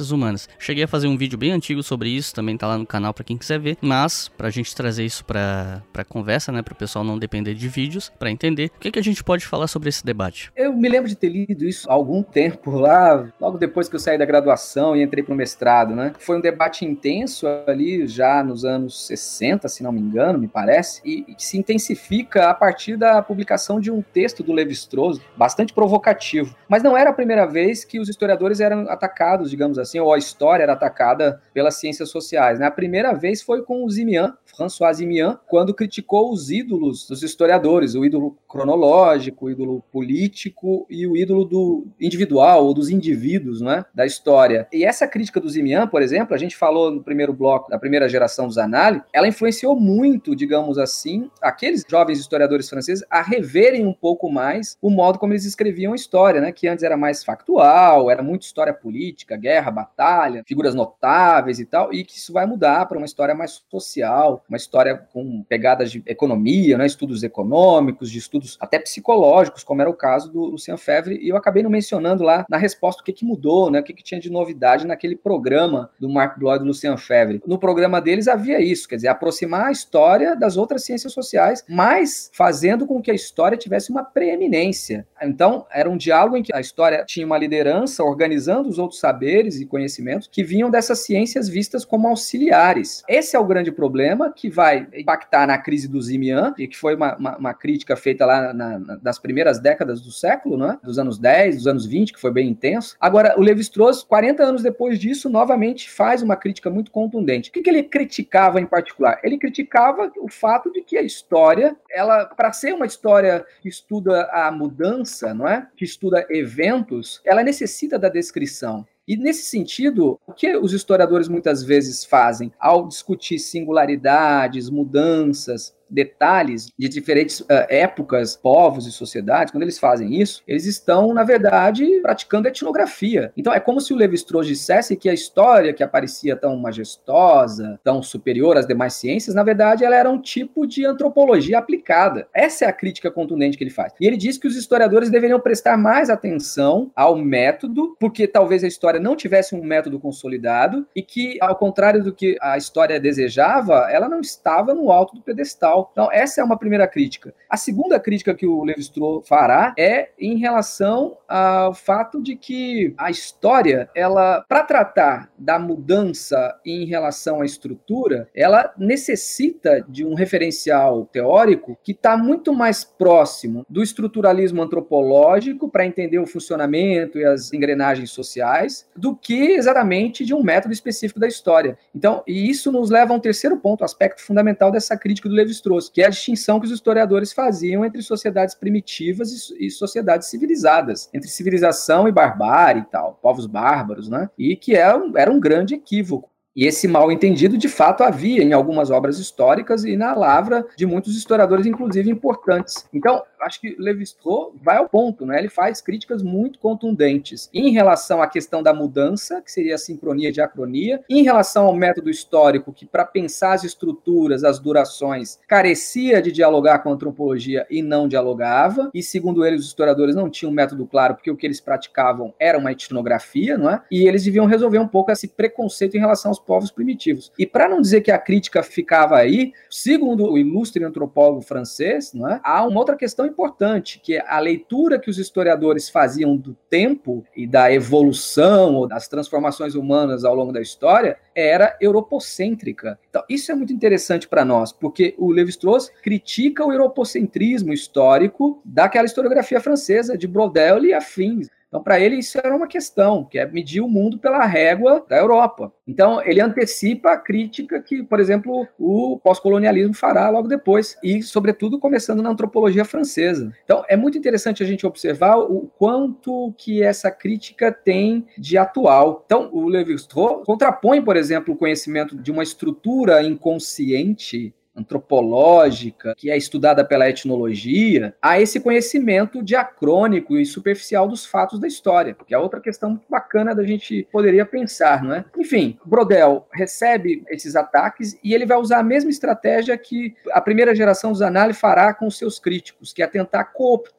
Cheguei a fazer um vídeo bem antigo sobre isso, também tá lá no canal pra quem quiser ver, mas pra gente trazer isso pra conversa, né, pro pessoal não depender de vídeos, pra entender, o que a gente pode falar sobre esse debate? Eu me lembro de ter lido isso há algum tempo lá, logo depois que eu saí da graduação e entrei pro mestrado, né? Foi um debate intenso ali já nos anos 60, se não me engano, me parece, e que se intensifica a partir da publicação de um texto do Lévi-Strauss, bastante provocativo. Mas não era a primeira vez que os historiadores eram atacados, digamos assim, ou a história era atacada pelas ciências sociais, né? A primeira vez foi com o Simian, François Simian, quando criticou os ídolos dos historiadores, o ídolo cronológico, o ídolo político e o ídolo do individual ou dos indivíduos, né, da história. E essa crítica do Simian, por exemplo, a gente falou no primeiro bloco da primeira geração dos Annales, ela influenciou muito, digamos assim, aqueles jovens historiadores franceses a reverem um pouco mais o modo como eles escreviam a história, né, que antes era mais factual, era muito história política, guerra, batalha, figuras notáveis e tal, e que isso vai mudar para uma história mais social, uma história com pegadas de economia, né, estudos econômicos, de estudos até psicológicos, como era o caso do Lucien Febvre, e eu acabei não mencionando lá na resposta o que mudou, né, o que tinha de novidade naquele programa do Marc Bloch e do Lucien Febvre. No programa deles havia isso, quer dizer, aproximar a história das outras ciências sociais, mas fazendo com que a história tivesse uma preeminência. Então, era um diálogo em que a história tinha uma liderança organizando os outros saberes e conhecimentos que vinham dessas ciências vistas como auxiliares. Esse é o grande problema que vai impactar na crise do Simian, e que foi uma crítica feita lá nas primeiras décadas do século, né? Dos anos 10, dos anos 20, que foi bem intenso. Agora, o Lévi-Strauss, 40 anos depois disso, novamente faz uma crítica muito contundente. O que ele criticava em particular? Ele criticava o fato de que a história, ela, para ser uma história que estuda a mudança, não é? Que estuda eventos, ela necessita da descrição. E, nesse sentido, o que os historiadores muitas vezes fazem ao discutir singularidades, mudanças, detalhes de diferentes épocas, povos e sociedades, quando eles fazem isso, eles estão, na verdade, praticando etnografia. Então, é como se o Lévi-Strauss dissesse que a história que aparecia tão majestosa, tão superior às demais ciências, na verdade, ela era um tipo de antropologia aplicada. Essa é a crítica contundente que ele faz. E ele diz que os historiadores deveriam prestar mais atenção ao método, porque talvez a história não tivesse um método consolidado e que, ao contrário do que a história desejava, ela não estava no alto do pedestal. Então, essa é uma primeira crítica. A segunda crítica que o Lévi-Strauss fará é em relação ao fato de que a história, ela, para tratar da mudança em relação à estrutura, ela necessita de um referencial teórico que está muito mais próximo do estruturalismo antropológico para entender o funcionamento e as engrenagens sociais do que exatamente de um método específico da história. Então, e isso nos leva a um terceiro ponto, aspecto fundamental dessa crítica do Lévi-Strauss, que é a distinção que os historiadores faziam entre sociedades primitivas e sociedades civilizadas, entre civilização e barbárie e tal, povos bárbaros, né? E que era um grande equívoco. E esse mal-entendido, de fato, havia em algumas obras históricas e na lavra de muitos historiadores, inclusive importantes. Então, acho que Lévi-Strauss vai ao ponto, né? Ele faz críticas muito contundentes em relação à questão da mudança, que seria a sincronia e diacronia, em relação ao método histórico, que para pensar as estruturas, as durações, carecia de dialogar com a antropologia e não dialogava, e segundo ele, os historiadores não tinham um método claro, porque o que eles praticavam era uma etnografia, não é? E eles deviam resolver um pouco esse preconceito em relação aos povos primitivos. E para não dizer que a crítica ficava aí, segundo o ilustre antropólogo francês, não é? Há uma outra questão importante, que é a leitura que os historiadores faziam do tempo e da evolução ou das transformações humanas ao longo da história era europocêntrica. Então, isso é muito interessante para nós, porque o Lévi-Strauss critica o europocentrismo histórico daquela historiografia francesa, de Brodel e afins. Então, para ele, isso era uma questão, que é medir o mundo pela régua da Europa. Então, ele antecipa a crítica que, por exemplo, o pós-colonialismo fará logo depois, e, sobretudo, começando na antropologia francesa. Então, é muito interessante a gente observar o quanto que essa crítica tem de atual. Então, o Lévi-Strauss contrapõe, por exemplo, o conhecimento de uma estrutura inconsciente antropológica, que é estudada pela etnologia, a esse conhecimento diacrônico e superficial dos fatos da história, que é outra questão muito bacana da gente poderia pensar, não é? Enfim, Brodel recebe esses ataques e ele vai usar a mesma estratégia que a primeira geração dos Annales fará com seus críticos, que é tentar cooptar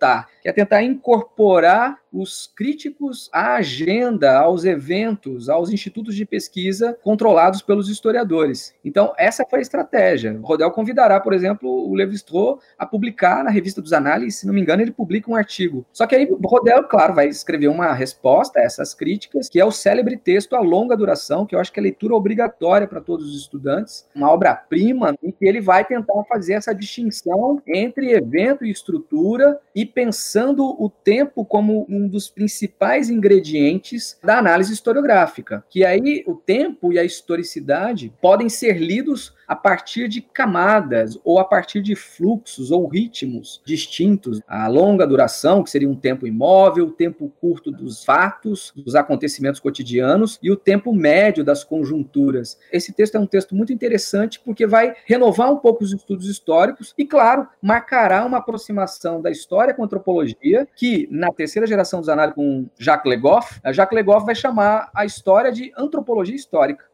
que é tentar incorporar os críticos à agenda, aos eventos, aos institutos de pesquisa controlados pelos historiadores. Então, essa foi a estratégia. O Rodel convidará, por exemplo, o Lévi-Strauss a publicar na Revista dos Análises, se não me engano, ele publica um artigo. Só que aí o Rodel, claro, vai escrever uma resposta a essas críticas, que é o célebre texto A Longa Duração, que eu acho que é leitura obrigatória para todos os estudantes, uma obra-prima, em que ele vai tentar fazer essa distinção entre evento e estrutura e pensando o tempo como um dos principais ingredientes da análise historiográfica. Que aí o tempo e a historicidade podem ser lidos a partir de camadas ou a partir de fluxos ou ritmos distintos. A longa duração, que seria um tempo imóvel, o tempo curto dos fatos, dos acontecimentos cotidianos e o tempo médio das conjunturas. Esse texto é um texto muito interessante porque vai renovar um pouco os estudos históricos e, claro, marcará uma aproximação da história com a antropologia que, na terceira geração dos análises com Jacques Le Goff, Jacques Le Goff vai chamar a história de antropologia histórica.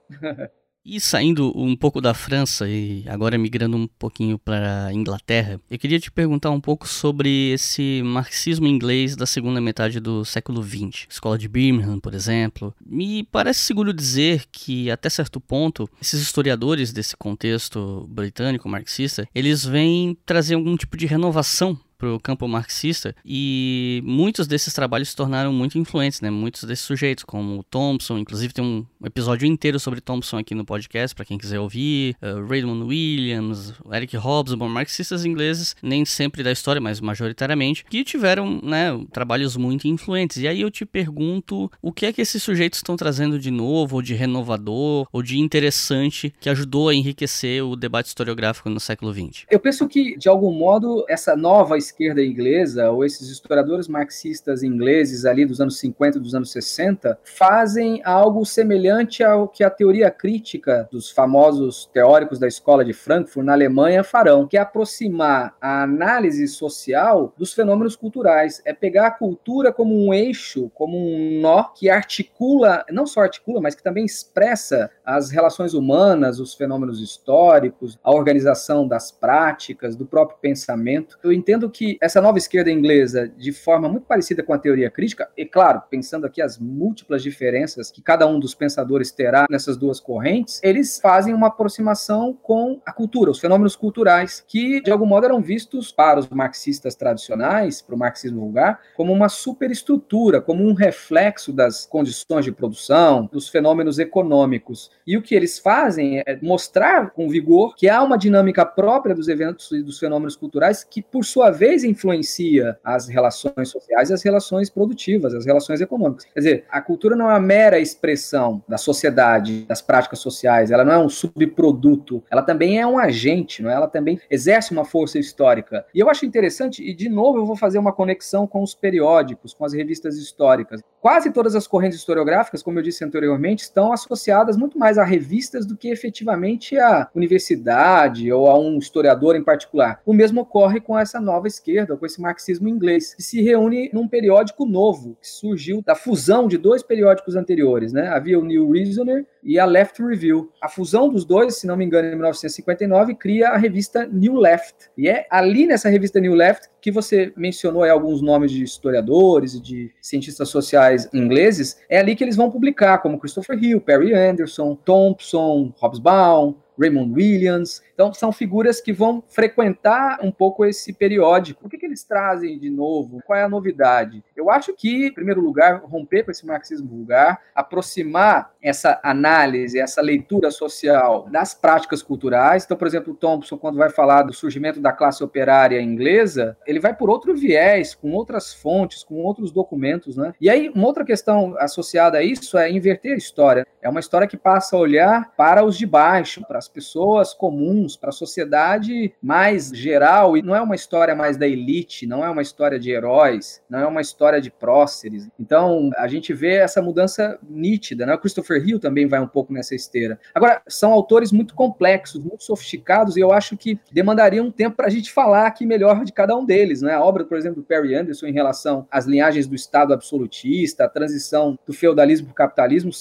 E saindo um pouco da França e agora migrando um pouquinho para a Inglaterra, eu queria te perguntar um pouco sobre esse marxismo inglês da segunda metade do século XX. Escola de Birmingham, por exemplo. Me parece seguro dizer que, até certo ponto, esses historiadores desse contexto britânico marxista, eles vêm trazer algum tipo de renovação para o campo marxista, e muitos desses trabalhos se tornaram muito influentes, né? Muitos desses sujeitos, como o Thompson, inclusive tem um episódio inteiro sobre Thompson aqui no podcast, para quem quiser ouvir, Raymond Williams, Eric Hobsbawm, marxistas ingleses, nem sempre da história, mas majoritariamente, que tiveram, né, trabalhos muito influentes. E aí eu te pergunto, o que é que esses sujeitos estão trazendo de novo, ou de renovador, ou de interessante, que ajudou a enriquecer o debate historiográfico no século XX? Eu penso que, de algum modo, essa nova esquerda inglesa, ou esses historiadores marxistas ingleses ali dos anos 50 e dos anos 60, fazem algo semelhante ao que a teoria crítica dos famosos teóricos da escola de Frankfurt, na Alemanha, farão, que é aproximar a análise social dos fenômenos culturais. É pegar a cultura como um eixo, como um nó que articula, não só articula, mas que também expressa as relações humanas, os fenômenos históricos, a organização das práticas, do próprio pensamento. Eu entendo que essa nova esquerda inglesa, de forma muito parecida com a teoria crítica, e claro, pensando aqui as múltiplas diferenças que cada um dos pensadores terá nessas duas correntes, eles fazem uma aproximação com a cultura, os fenômenos culturais, que de algum modo eram vistos para os marxistas tradicionais, para o marxismo vulgar, como uma superestrutura, como um reflexo das condições de produção, dos fenômenos econômicos. E o que eles fazem é mostrar com vigor que há uma dinâmica própria dos eventos e dos fenômenos culturais que, por sua vez, influencia as relações sociais e as relações produtivas, as relações econômicas. Quer dizer, a cultura não é uma mera expressão da sociedade, das práticas sociais, ela não é um subproduto, ela também é um agente, não é? Ela também exerce uma força histórica. E eu acho interessante, e de novo eu vou fazer uma conexão com os periódicos, com as revistas históricas. Quase todas as correntes historiográficas, como eu disse anteriormente, estão associadas muito mais a revistas do que efetivamente à universidade ou a um historiador em particular. O mesmo ocorre com essa nova esquerda, com esse marxismo inglês, que se reúne num periódico novo, que surgiu da fusão de dois periódicos anteriores, né? Havia o New Reasoner e a Left Review. A fusão dos dois, se não me engano, em 1959, cria a revista New Left. E é ali nessa revista New Left que você mencionou aí alguns nomes de historiadores e de cientistas sociais ingleses, é ali que eles vão publicar, como Christopher Hill, Perry Anderson, Thompson, Hobsbawm, Raymond Williams. Então, são figuras que vão frequentar um pouco esse periódico. O que eles trazem de novo? Qual é a novidade? Eu acho que, em primeiro lugar, romper com esse marxismo vulgar, aproximar essa análise, essa leitura social das práticas culturais. Então, por exemplo, o Thompson, quando vai falar do surgimento da classe operária inglesa, ele vai por outro viés, com outras fontes, com outros documentos, né? E aí, uma outra questão associada a isso é inverter a história. É uma história que passa a olhar para os de baixo, para as pessoas comuns, para a sociedade mais geral, e não é uma história mais da elite, não é uma história de heróis, não é uma história de próceres. Então, a gente vê essa mudança nítida, né? O Christopher Hill também vai um pouco nessa esteira. Agora, são autores muito complexos, muito sofisticados, e eu acho que demandaria um tempo para a gente falar aqui melhor de cada um deles, né? A obra, por exemplo, do Perry Anderson em relação às linhagens do Estado absolutista, a transição do feudalismo para o capitalismo, são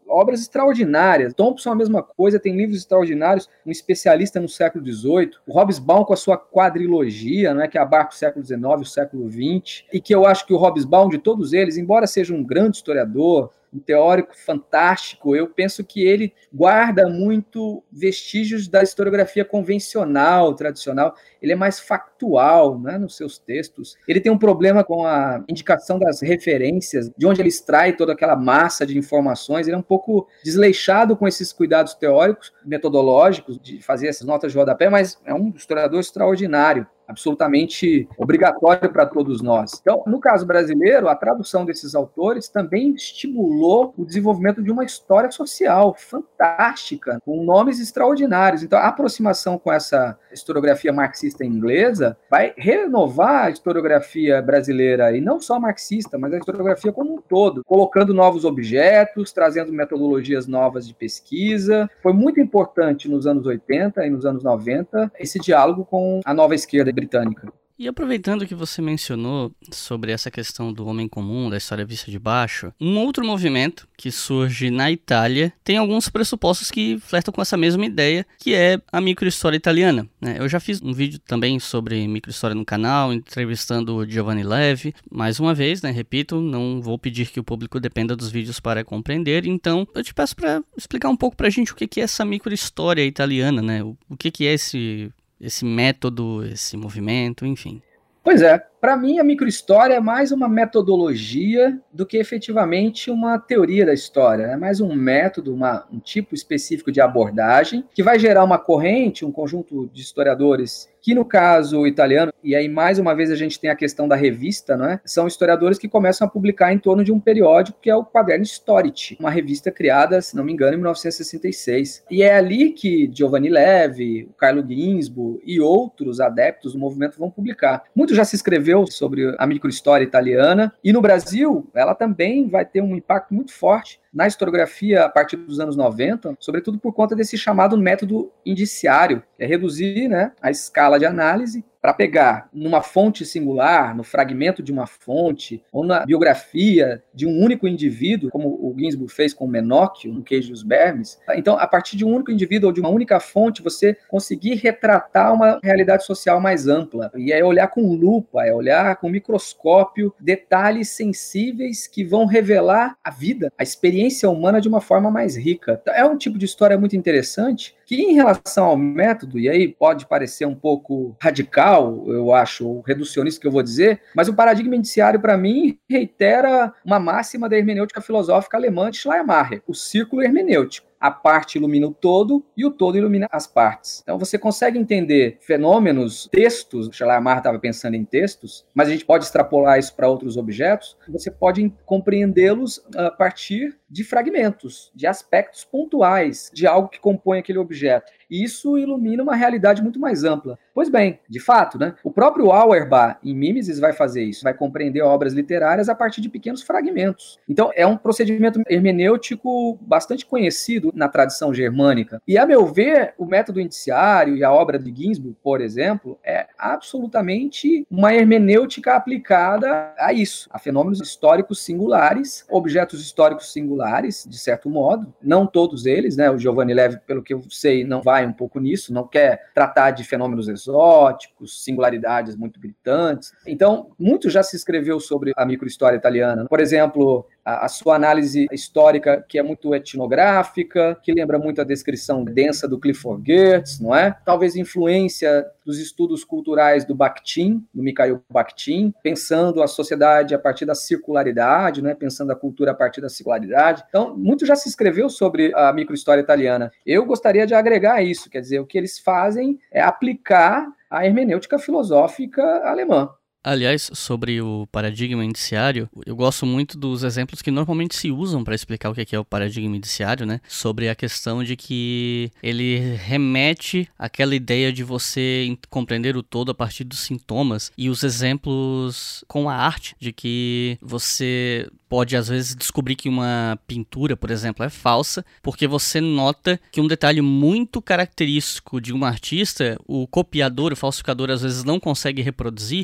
obras extraordinárias. Thompson é a mesma coisa, tem livros extraordinários, um especialista no século XVIII, o Hobsbawm com a sua quadrilogia, né, que abarca o século XIX e o século XX, e que eu acho que o Hobsbawm, de todos eles, embora seja um grande historiador, um teórico fantástico, eu penso que ele guarda muito vestígios da historiografia convencional, tradicional. Ele é mais factual, né, nos seus textos. Ele tem um problema com a indicação das referências, de onde ele extrai toda aquela massa de informações. Ele é um pouco desleixado com esses cuidados teóricos, metodológicos, de fazer essas notas de rodapé, mas é um historiador extraordinário, absolutamente obrigatório para todos nós. Então, no caso brasileiro, a tradução desses autores também estimulou o desenvolvimento de uma história social fantástica, com nomes extraordinários. Então, a aproximação com essa historiografia marxista inglesa vai renovar a historiografia brasileira, e não só marxista, mas a historiografia como um todo, colocando novos objetos, trazendo metodologias novas de pesquisa. Foi muito importante nos anos 80 e nos anos 90 esse diálogo com a nova esquerda britânica. E aproveitando que você mencionou sobre essa questão do homem comum, da história vista de baixo, um outro movimento que surge na Itália tem alguns pressupostos que flertam com essa mesma ideia, que é a microhistória italiana, né? Eu já fiz um vídeo também sobre microhistória no canal, entrevistando o Giovanni Levi. Mais uma vez, né, repito, não vou pedir que o público dependa dos vídeos para compreender, então eu te peço para explicar um pouco para a gente o que é essa microhistória italiana, né? O que é esse método, esse movimento, enfim. Pois é, para mim a microhistória é mais uma metodologia do que efetivamente uma teoria da história. É mais um método, um tipo específico de abordagem que vai gerar uma corrente, um conjunto de historiadores que, no caso italiano, e aí mais uma vez a gente tem a questão da revista, não é? São historiadores que começam a publicar em torno de um periódico que é o Quaderno Storici, uma revista criada, se não me engano, em 1966. E é ali que Giovanni Levi, o Carlo Ginzburg e outros adeptos do movimento vão publicar. Muito já se escreveu sobre a microhistória italiana, e no Brasil ela também vai ter um impacto muito forte na historiografia a partir dos anos 90, sobretudo por conta desse chamado método indiciário, que é reduzir, né, a escala de análise para pegar numa fonte singular, no fragmento de uma fonte, ou na biografia de um único indivíduo, como o Ginzburg fez com o Menocchio, no Queijo e os Vermes. Então, a partir de um único indivíduo ou de uma única fonte, você conseguir retratar uma realidade social mais ampla. E é olhar com lupa, é olhar com microscópio, detalhes sensíveis que vão revelar a vida, a experiência humana de uma forma mais rica. É um tipo de história muito interessante, que em relação ao método, e aí pode parecer um pouco radical, eu acho, ou reducionista que eu vou dizer, mas o paradigma indiciário, para mim, reitera uma máxima da hermenêutica filosófica alemã de Schleiermacher, o círculo hermenêutico. A parte ilumina o todo e o todo ilumina as partes. Então você consegue entender fenômenos, textos, Schleiermacher estava pensando em textos, mas a gente pode extrapolar isso para outros objetos, você pode compreendê-los a partir de fragmentos, de aspectos pontuais, de algo que compõe aquele objeto. E isso ilumina uma realidade muito mais ampla. Pois bem, de fato, né, o próprio Auerbach, em Mimesis, vai fazer isso, vai compreender obras literárias a partir de pequenos fragmentos. Então, é um procedimento hermenêutico bastante conhecido na tradição germânica. E, a meu ver, o método indiciário e a obra de Ginzburg, por exemplo, é absolutamente uma hermenêutica aplicada a isso, a fenômenos históricos singulares, objetos históricos singulares, de certo modo, não todos eles, né? O Giovanni Levi, pelo que eu sei, não vai um pouco nisso, não quer tratar de fenômenos exóticos, singularidades muito gritantes. Então, muito já se escreveu sobre a microhistória italiana. Por exemplo, a sua análise histórica, que é muito etnográfica, que lembra muito a descrição densa do Clifford Geertz, não é? Talvez influência dos estudos culturais do Bakhtin, do Mikhail Bakhtin, pensando a sociedade a partir da circularidade, né? Pensando a cultura a partir da circularidade. Então, muito já se escreveu sobre a microhistória italiana. Eu gostaria de agregar isso, quer dizer, o que eles fazem é aplicar a hermenêutica filosófica alemã. Aliás, sobre o paradigma indiciário, eu gosto muito dos exemplos que normalmente se usam para explicar o que é o paradigma indiciário, né? Sobre a questão de que ele remete àquela ideia de você compreender o todo a partir dos sintomas, e os exemplos com a arte, de que você pode às vezes descobrir que uma pintura, por exemplo, é falsa, porque você nota que um detalhe muito característico de um artista, o copiador, o falsificador, às vezes não consegue reproduzir, e é nas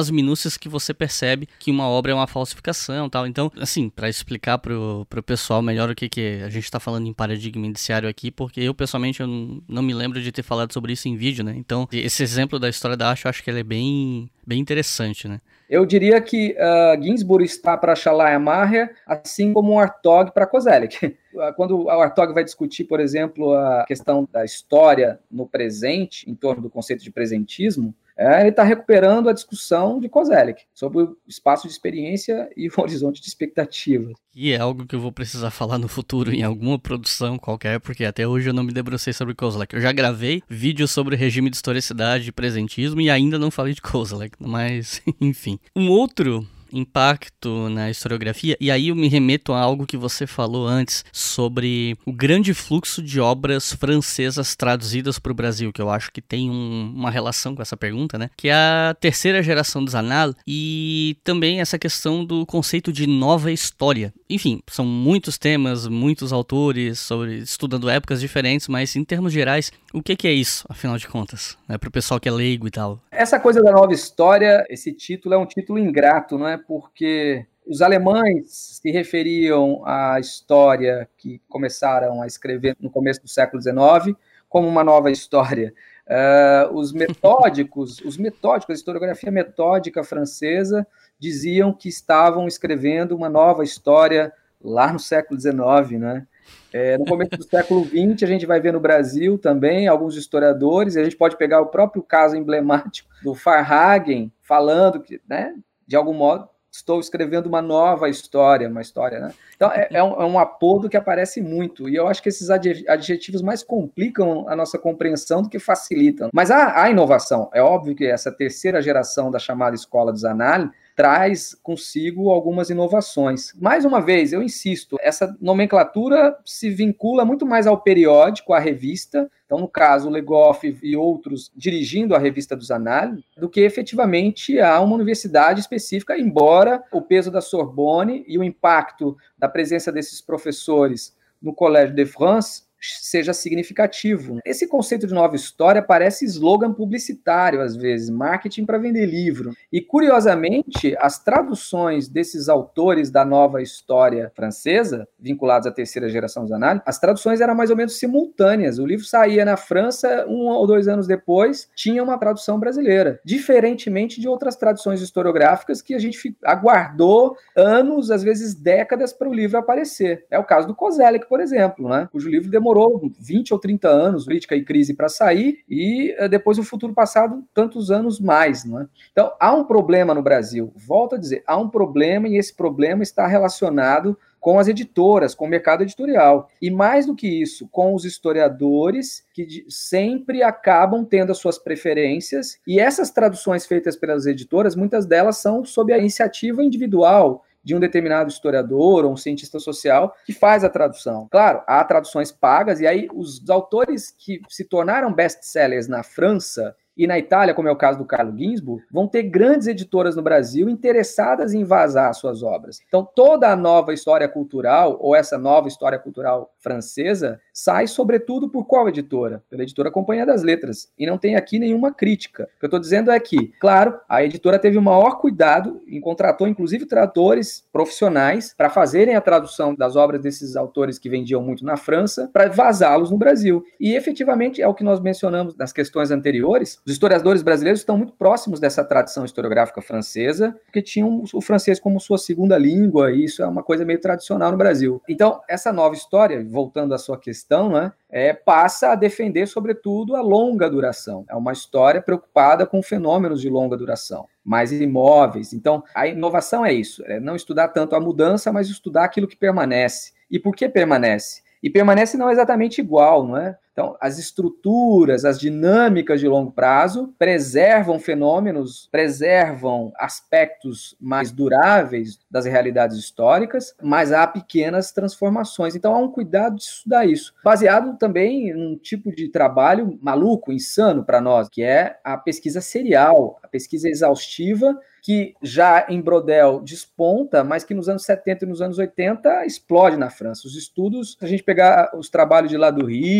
pequenas minúcias que você percebe que uma obra é uma falsificação, tal. Então, assim, para explicar pro pessoal melhor o que a gente tá falando em paradigma indiciário aqui, porque eu, pessoalmente, eu não me lembro de ter falado sobre isso em vídeo, né? Então, esse exemplo da história da arte, eu acho que ele é bem interessante, né? Eu diria que Ginsburg está para Schleiermacher, assim como o Hartog para Koselleck. Quando o Hartog vai discutir, por exemplo, a questão da história no presente, em torno do conceito de presentismo, ele está recuperando a discussão de Koselleck sobre o espaço de experiência e o horizonte de expectativa. E é algo que eu vou precisar falar no futuro em alguma produção qualquer, porque até hoje eu não me debrucei sobre Koselleck. Eu já gravei vídeos sobre regime de historicidade e presentismo e ainda não falei de Koselleck, mas enfim. Um outro impacto na historiografia, e aí eu me remeto a algo que você falou antes sobre o grande fluxo de obras francesas traduzidas para o Brasil, que eu acho que tem uma relação com essa pergunta, né? Que é a terceira geração dos Annales e também essa questão do conceito de nova história. Enfim, são muitos temas, muitos autores estudando épocas diferentes, mas em termos gerais, o que é isso, afinal de contas? Para o pessoal que é leigo e tal. Essa coisa da nova história, esse título é um título ingrato, não é? Porque os alemães se referiam à história que começaram a escrever no começo do século XIX como uma nova história. Os metódicos, a historiografia metódica francesa diziam que estavam escrevendo uma nova história lá no século XIX, né? No começo do século XX, a gente vai ver no Brasil também alguns historiadores, e a gente pode pegar o próprio caso emblemático do Verhagen, falando que, né, de algum modo, estou escrevendo uma nova história, uma história, né? Então, é um apodo que aparece muito, e eu acho que esses adjetivos mais complicam a nossa compreensão do que facilitam. Mas há inovação. É óbvio que essa terceira geração da chamada Escola dos Annales traz consigo algumas inovações. Mais uma vez, eu insisto, essa nomenclatura se vincula muito mais ao periódico, à revista, então, no caso, Le Goff e outros dirigindo a revista dos Annales, do que efetivamente a uma universidade específica, embora o peso da Sorbonne e o impacto da presença desses professores no Collège de France seja significativo. Esse conceito de nova história parece slogan publicitário, às vezes, marketing para vender livro. E, curiosamente, as traduções desses autores da nova história francesa, vinculados à terceira geração dos Annales, as traduções eram mais ou menos simultâneas. O livro saía na França, 1 ou 2 anos depois, tinha uma tradução brasileira. Diferentemente de outras traduções historiográficas que a gente aguardou anos, às vezes décadas, para o livro aparecer. É o caso do Koselleck, por exemplo, né? Cujo livro demorou 20 ou 30 anos, Política e Crise, para sair, e depois, no futuro passado, tantos anos mais. Não é? Então, há um problema no Brasil. Volto a dizer, há um problema, e esse problema está relacionado com as editoras, com o mercado editorial. E mais do que isso, com os historiadores, que sempre acabam tendo as suas preferências, e essas traduções feitas pelas editoras, muitas delas são sob a iniciativa individual de um determinado historiador ou um cientista social que faz a tradução. Claro, há traduções pagas, e aí os autores que se tornaram best-sellers na França e na Itália, como é o caso do Carlo Ginzburg, vão ter grandes editoras no Brasil interessadas em vazar suas obras. Então, toda a nova história cultural, ou essa nova história cultural francesa, sai sobretudo por qual editora? Pela editora Companhia das Letras. E não tem aqui nenhuma crítica. O que eu estou dizendo é que, claro, a editora teve o maior cuidado e contratou, inclusive, tradutores profissionais para fazerem a tradução das obras desses autores que vendiam muito na França, para vazá-los no Brasil. E, efetivamente, é o que nós mencionamos nas questões anteriores. Os historiadores brasileiros estão muito próximos dessa tradição historiográfica francesa, porque tinham o francês como sua segunda língua, e isso é uma coisa meio tradicional no Brasil. Então, essa nova história, voltando à sua questão, né, passa a defender, sobretudo, a longa duração. É uma história preocupada com fenômenos de longa duração, mais imóveis. Então, a inovação é isso, é não estudar tanto a mudança, mas estudar aquilo que permanece. E por que permanece? E permanece não exatamente igual, não é? Então, as estruturas, as dinâmicas de longo prazo preservam fenômenos, preservam aspectos mais duráveis das realidades históricas, mas há pequenas transformações. Então, há um cuidado de estudar isso, baseado também em um tipo de trabalho maluco, insano para nós, que é a pesquisa serial, a pesquisa exaustiva, que já em Brodel desponta, mas que nos anos 70 e nos anos 80 explode na França. Os estudos, se a gente pegar os trabalhos de Ladoury, do próprio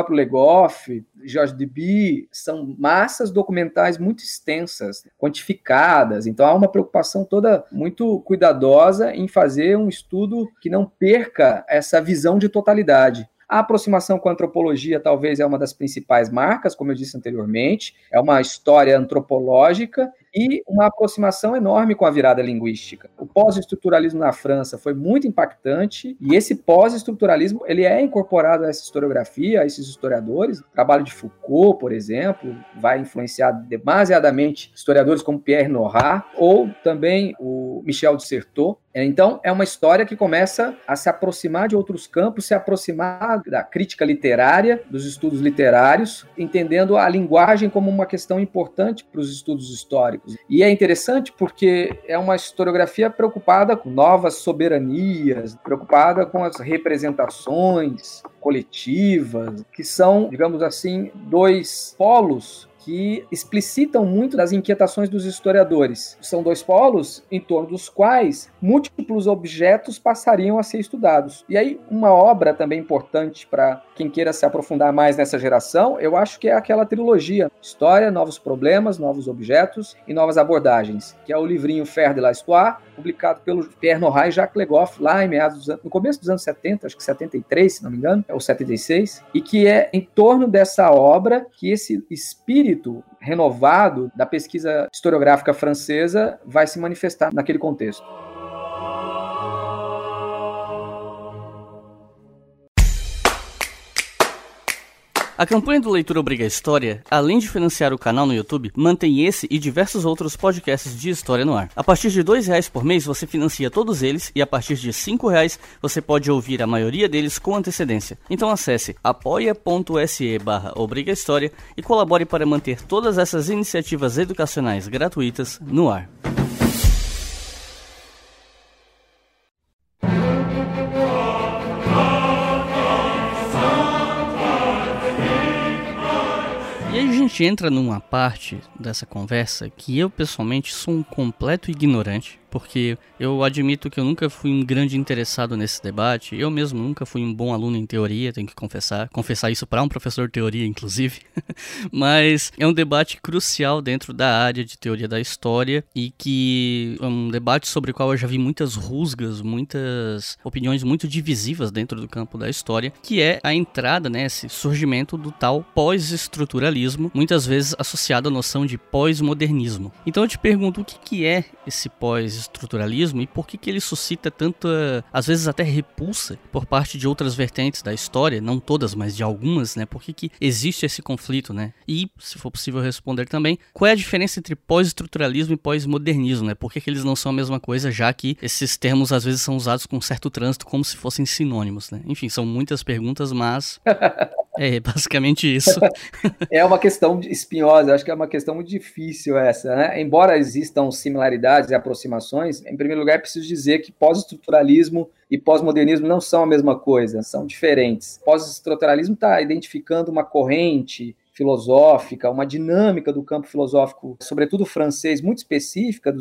próprio Legoff, George Deby, são massas documentais muito extensas, quantificadas. Então há uma preocupação toda muito cuidadosa em fazer um estudo que não perca essa visão de totalidade. A aproximação com a antropologia talvez é uma das principais marcas, como eu disse anteriormente, é uma história antropológica e uma aproximação enorme com a virada linguística. O pós-estruturalismo na França foi muito impactante e esse pós-estruturalismo ele é incorporado a essa historiografia, a esses historiadores. O trabalho de Foucault, por exemplo, vai influenciar demasiadamente historiadores como Pierre Nora ou também o Michel de Certeau. Então, é uma história que começa a se aproximar de outros campos, se aproximar da crítica literária, dos estudos literários, entendendo a linguagem como uma questão importante para os estudos históricos. E é interessante porque é uma historiografia preocupada com novas soberanias, preocupada com as representações coletivas, que são, digamos assim, dois polos que explicitam muito das inquietações dos historiadores. São dois polos em torno dos quais múltiplos objetos passariam a ser estudados. E aí, uma obra também importante para quem queira se aprofundar mais nessa geração, eu acho que é aquela trilogia História, Novos Problemas, Novos Objetos e Novas Abordagens, que é o livrinho Faire de la Histoire, publicado pelo Pierre Nora e Jacques Legoff, lá no começo dos anos 70, acho que 73, se não me engano, ou 76, e que é em torno dessa obra que esse espírito renovado da pesquisa historiográfica francesa vai se manifestar naquele contexto. A campanha do Leitura Obriga História, além de financiar o canal no YouTube, mantém esse e diversos outros podcasts de história no ar. A partir de R$2 por mês você financia todos eles e a partir de R$5 você pode ouvir a maioria deles com antecedência. Então acesse apoia.se/obrigahistoria e colabore para manter todas essas iniciativas educacionais gratuitas no ar. A gente entra numa parte dessa conversa que eu pessoalmente sou um completo ignorante, porque eu admito que eu nunca fui um grande interessado nesse debate, eu mesmo nunca fui um bom aluno em teoria, tenho que confessar isso para um professor de teoria, inclusive, mas é um debate crucial dentro da área de teoria da história e que é um debate sobre o qual eu já vi muitas rusgas, muitas opiniões muito divisivas dentro do campo da história, que é a entrada, né, esse surgimento do tal pós-estruturalismo, muitas vezes associado à noção de pós-modernismo. Então eu te pergunto, o que é esse pós-estruturalismo e por que ele suscita tanta, às vezes até repulsa por parte de outras vertentes da história, não todas, mas de algumas, né? Por que existe esse conflito, né? E, se for possível responder também, qual é a diferença entre pós-estruturalismo e pós-modernismo, né? Por que eles não são a mesma coisa, já que esses termos às vezes são usados com certo trânsito como se fossem sinônimos, né? Enfim, são muitas perguntas, mas é basicamente isso. É uma questão espinhosa, acho que é uma questão muito difícil essa, né? Embora existam similaridades e aproximações, em primeiro lugar é preciso dizer que pós-estruturalismo e pós-modernismo não são a mesma coisa, são diferentes. Pós-estruturalismo está identificando uma corrente filosófica, uma dinâmica do campo filosófico, sobretudo francês, muito específica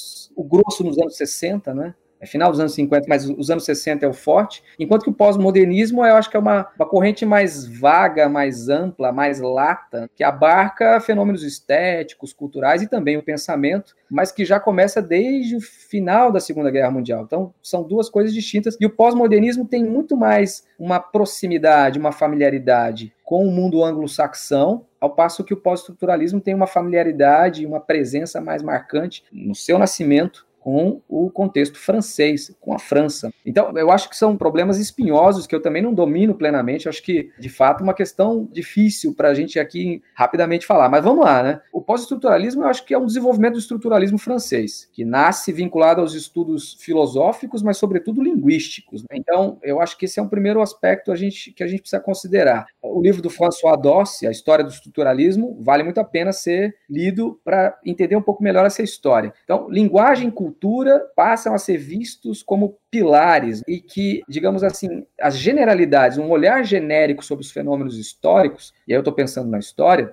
o grosso nos anos 60, né? É final dos anos 50, mas os anos 60 é o forte, enquanto que o pós-modernismo eu acho que é uma corrente mais vaga, mais ampla, mais lata, que abarca fenômenos estéticos, culturais e também o pensamento, mas que já começa desde o final da Segunda Guerra Mundial. Então, são duas coisas distintas, e o pós-modernismo tem muito mais uma proximidade, uma familiaridade com o mundo anglo-saxão, ao passo que o pós-estruturalismo tem uma familiaridade e uma presença mais marcante no seu nascimento com o contexto francês, com a França. Então, eu acho que são problemas espinhosos que eu também não domino plenamente. Eu acho que, de fato, é uma questão difícil para a gente aqui rapidamente falar. Mas vamos lá, né? O pós-estruturalismo, eu acho que é um desenvolvimento do estruturalismo francês, que nasce vinculado aos estudos filosóficos, mas, sobretudo, linguísticos. Então, eu acho que esse é um primeiro aspecto que a gente precisa considerar. O livro do François Dosse, A História do Estruturalismo, vale muito a pena ser lido para entender um pouco melhor essa história. Então, linguagem e cultura passam a ser vistos como pilares e que, digamos assim, as generalidades, um olhar genérico sobre os fenômenos históricos, e aí eu estou pensando na história,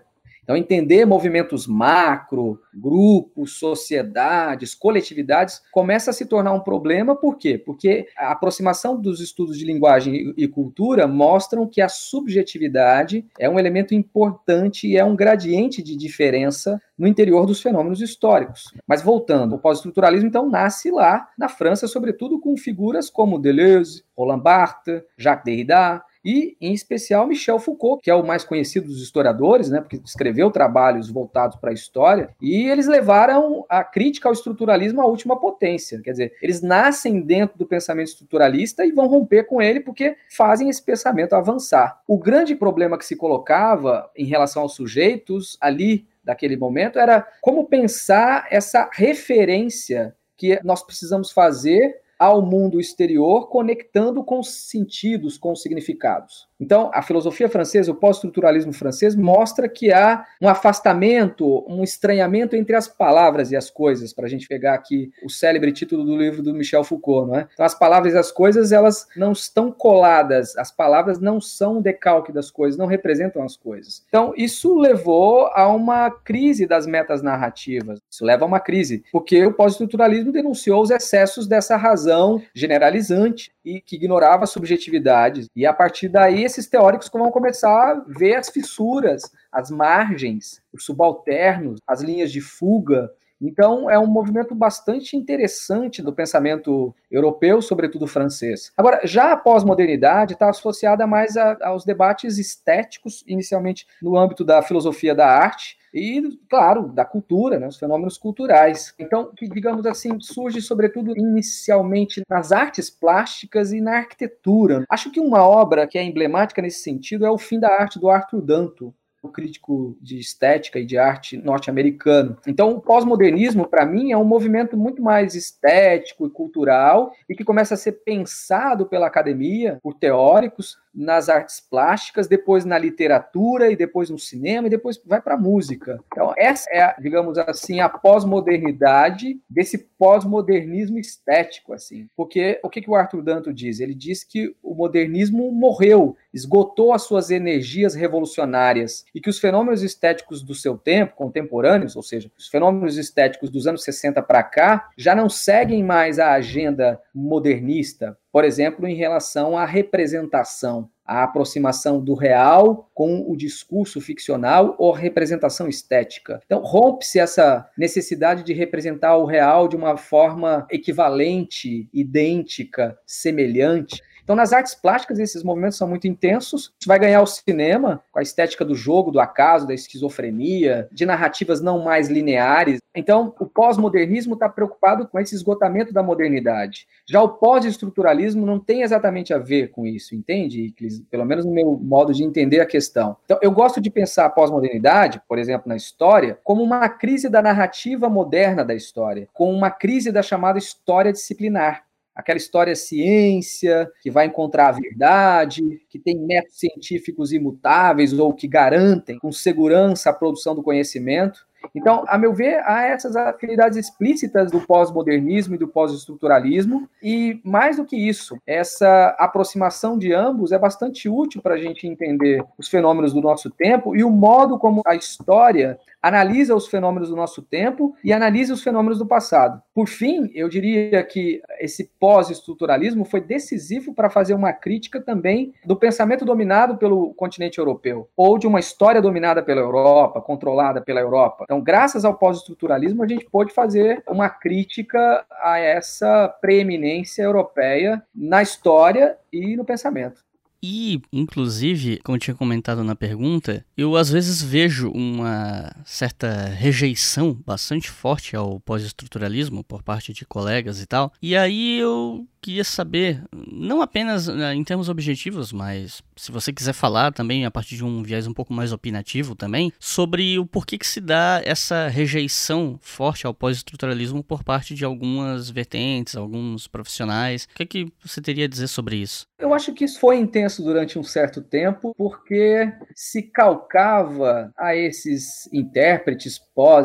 Então, entender movimentos macro, grupos, sociedades, coletividades, começa a se tornar um problema. Por quê? Porque a aproximação dos estudos de linguagem e cultura mostram que a subjetividade é um elemento importante e é um gradiente de diferença no interior dos fenômenos históricos. Mas voltando, o pós-estruturalismo então nasce lá na França, sobretudo com figuras como Deleuze, Roland Barthes, Jacques Derrida, e, em especial, Michel Foucault, que é o mais conhecido dos historiadores, né, porque escreveu trabalhos voltados para a história, e eles levaram a crítica ao estruturalismo à última potência. Quer dizer, eles nascem dentro do pensamento estruturalista e vão romper com ele porque fazem esse pensamento avançar. O grande problema que se colocava em relação aos sujeitos ali, daquele momento, era como pensar essa referência que nós precisamos fazer ao mundo exterior, conectando com os sentidos, com os significados. Então, a filosofia francesa, o pós-estruturalismo francês, mostra que há um afastamento, um estranhamento entre as palavras e as coisas, para a gente pegar aqui o célebre título do livro do Michel Foucault, não é? Então, as palavras e as coisas, elas não estão coladas, as palavras não são um decalque das coisas, não representam as coisas. Então, isso levou a uma crise das metas narrativas, isso leva a uma crise, porque o pós-estruturalismo denunciou os excessos dessa razão generalizante e que ignorava a subjetividade, e a partir daí esses teóricos vão começar a ver as fissuras, as margens, os subalternos, as linhas de fuga. Então, é um movimento bastante interessante do pensamento europeu, sobretudo francês. Agora, já a pós-modernidade está associada mais aos debates estéticos, inicialmente no âmbito da filosofia da arte, e, claro, da cultura, né, os fenômenos culturais. Então, que, digamos assim, surge, sobretudo, inicialmente nas artes plásticas e na arquitetura. Acho que uma obra que é emblemática nesse sentido é O Fim da Arte, do Arthur Danto, o crítico de estética e de arte norte-americano. Então, o pós-modernismo, para mim, é um movimento muito mais estético e cultural e que começa a ser pensado pela academia, por teóricos, nas artes plásticas, depois na literatura e depois no cinema e depois vai para a música. Então, essa é, digamos assim, a pós-modernidade desse pós-modernismo estético, assim. Porque o que o Arthur Danto diz? Ele diz que o modernismo morreu, esgotou as suas energias revolucionárias e que os fenômenos estéticos do seu tempo, contemporâneos, ou seja, os fenômenos estéticos dos anos 60 para cá, já não seguem mais a agenda modernista, por exemplo, em relação à representação, a aproximação do real com o discurso ficcional ou representação estética. Então, rompe-se essa necessidade de representar o real de uma forma equivalente, idêntica, semelhante. Então, nas artes plásticas, esses movimentos são muito intensos. Você vai ganhar o cinema com a estética do jogo, do acaso, da esquizofrenia, de narrativas não mais lineares. Então, o pós-modernismo está preocupado com esse esgotamento da modernidade. Já o pós-estruturalismo não tem exatamente a ver com isso, entende, Iclis? Pelo menos no meu modo de entender a questão. Então, eu gosto de pensar a pós-modernidade, por exemplo, na história, como uma crise da narrativa moderna da história, com uma crise da chamada história disciplinar. Aquela história ciência, que vai encontrar a verdade, que tem métodos científicos imutáveis ou que garantem com segurança a produção do conhecimento. Então, a meu ver, há essas afinidades explícitas do pós-modernismo e do pós-estruturalismo, e mais do que isso, essa aproximação de ambos é bastante útil para a gente entender os fenômenos do nosso tempo e o modo como a história analisa os fenômenos do nosso tempo e analisa os fenômenos do passado. Por fim, eu diria que esse pós-estruturalismo foi decisivo para fazer uma crítica também do pensamento dominado pelo continente europeu, ou de uma história dominada pela Europa, controlada pela Europa. Então, graças ao pós-estruturalismo, a gente pôde fazer uma crítica a essa preeminência europeia na história e no pensamento. E, inclusive, como eu tinha comentado na pergunta, eu às vezes vejo uma certa rejeição bastante forte ao pós-estruturalismo por parte de colegas e tal. E aí eu queria saber, não apenas em termos objetivos, mas se você quiser falar também a partir de um viés um pouco mais opinativo também, sobre o porquê que se dá essa rejeição forte ao pós-estruturalismo por parte de algumas vertentes, alguns profissionais. O que você teria a dizer sobre isso? Eu acho que isso foi intenso durante um certo tempo, porque se calcava a esses intérpretes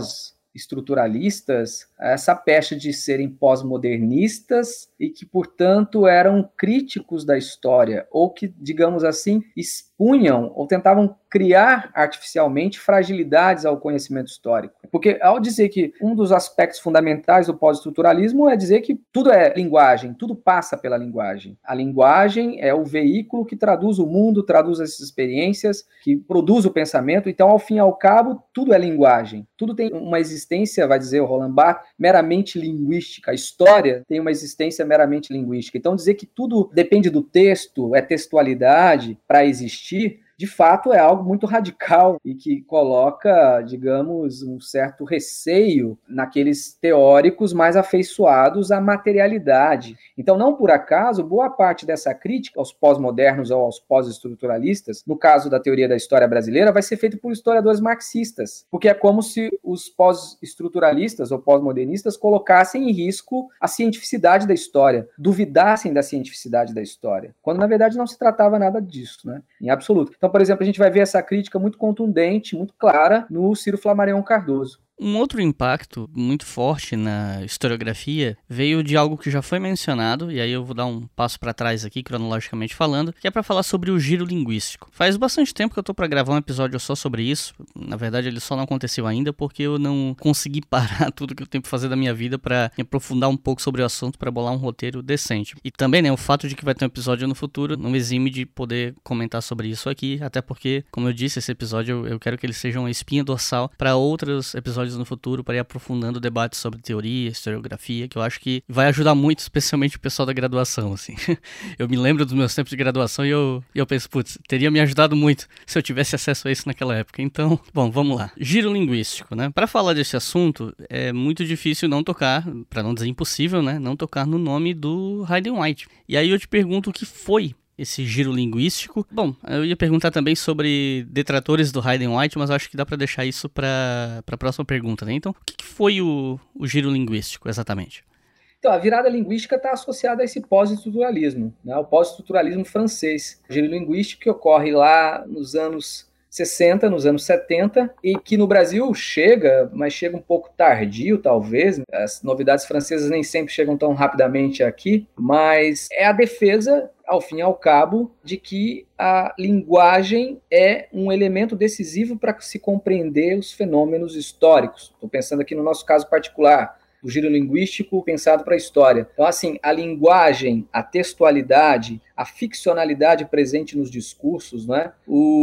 pós-estruturalistas essa pecha de serem pós-modernistas e que, portanto, eram críticos da história, ou que, digamos assim, expunham ou tentavam criar artificialmente fragilidades ao conhecimento histórico. Porque ao dizer que um dos aspectos fundamentais do pós-estruturalismo é dizer que tudo é linguagem, tudo passa pela linguagem. A linguagem é o veículo que traduz o mundo, traduz as experiências, que produz o pensamento. Então, ao fim e ao cabo, tudo é linguagem. Tudo tem uma existência, vai dizer o Roland Barthes, meramente linguística. A história tem uma existência meramente linguística. Então, dizer que tudo depende do texto, é textualidade para existir, de fato, é algo muito radical e que coloca, digamos, um certo receio naqueles teóricos mais afeiçoados à materialidade. Então, não por acaso, boa parte dessa crítica aos pós-modernos ou aos pós-estruturalistas, no caso da teoria da história brasileira, vai ser feita por historiadores marxistas, porque é como se os pós-estruturalistas ou pós-modernistas colocassem em risco a cientificidade da história, duvidassem da cientificidade da história, quando, na verdade, não se tratava nada disso, né? Em absoluto. Então, por exemplo, a gente vai ver essa crítica muito contundente, muito clara no Ciro Flammarion Cardoso. Um outro impacto muito forte na historiografia veio de algo que já foi mencionado, e aí eu vou dar um passo para trás aqui, cronologicamente falando, que é para falar sobre o giro linguístico. Faz bastante tempo que eu tô para gravar um episódio só sobre isso. Na verdade, ele só não aconteceu ainda porque eu não consegui parar tudo que eu tenho para fazer da minha vida para me aprofundar um pouco sobre o assunto, para bolar um roteiro decente. E também, né, o fato de que vai ter um episódio no futuro não exime de poder comentar sobre isso aqui, até porque, como eu disse, esse episódio eu quero que ele seja uma espinha dorsal para outros episódios no futuro, para ir aprofundando o debate sobre teoria, historiografia, que eu acho que vai ajudar muito, especialmente o pessoal da graduação, assim. Eu me lembro dos meus tempos de graduação e eu penso, putz, teria me ajudado muito se eu tivesse acesso a isso naquela época. Então, bom, vamos lá. Giro linguístico, né? Para falar desse assunto, é muito difícil não tocar, para não dizer impossível, né? Não tocar no nome do Hayden White. E aí eu te pergunto o que foi esse giro linguístico. Bom, eu ia perguntar também sobre detratores do Hayden White, mas eu acho que dá para deixar isso para a próxima pergunta, né? Então, o que foi o giro linguístico, exatamente? Então, a virada linguística está associada a esse pós-estruturalismo, né? O pós-estruturalismo francês. O giro linguístico que ocorre lá nos anos 60, nos anos 70, e que no Brasil chega, mas chega um pouco tardio, talvez. As novidades francesas nem sempre chegam tão rapidamente aqui, mas é a defesa, ao fim e ao cabo, de que a linguagem é um elemento decisivo para se compreender os fenômenos históricos. Estou pensando aqui no nosso caso particular, do giro linguístico pensado para a história. Então, assim, a linguagem, a textualidade, a ficcionalidade presente nos discursos, né?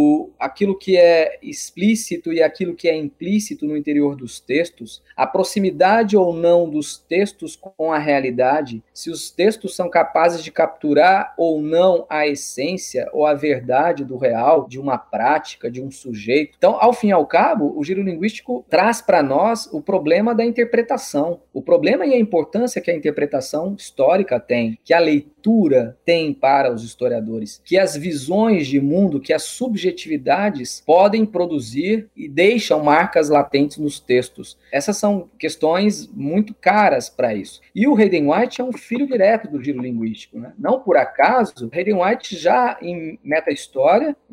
Aquilo que é explícito e aquilo que é implícito no interior dos textos, a proximidade ou não dos textos com a realidade, se os textos são capazes de capturar ou não a essência ou a verdade do real, de uma prática, de um sujeito. Então, ao fim e ao cabo, o giro linguístico traz para nós o problema da interpretação, o problema e a importância que a interpretação histórica tem, que a leitura tem para os historiadores, que as visões de mundo, que as subjetividades podem produzir e deixam marcas latentes nos textos. Essas são questões muito caras para isso. E o Hayden White é um filho direto do giro linguístico, né? Não por acaso, Hayden White já em Meta-História, em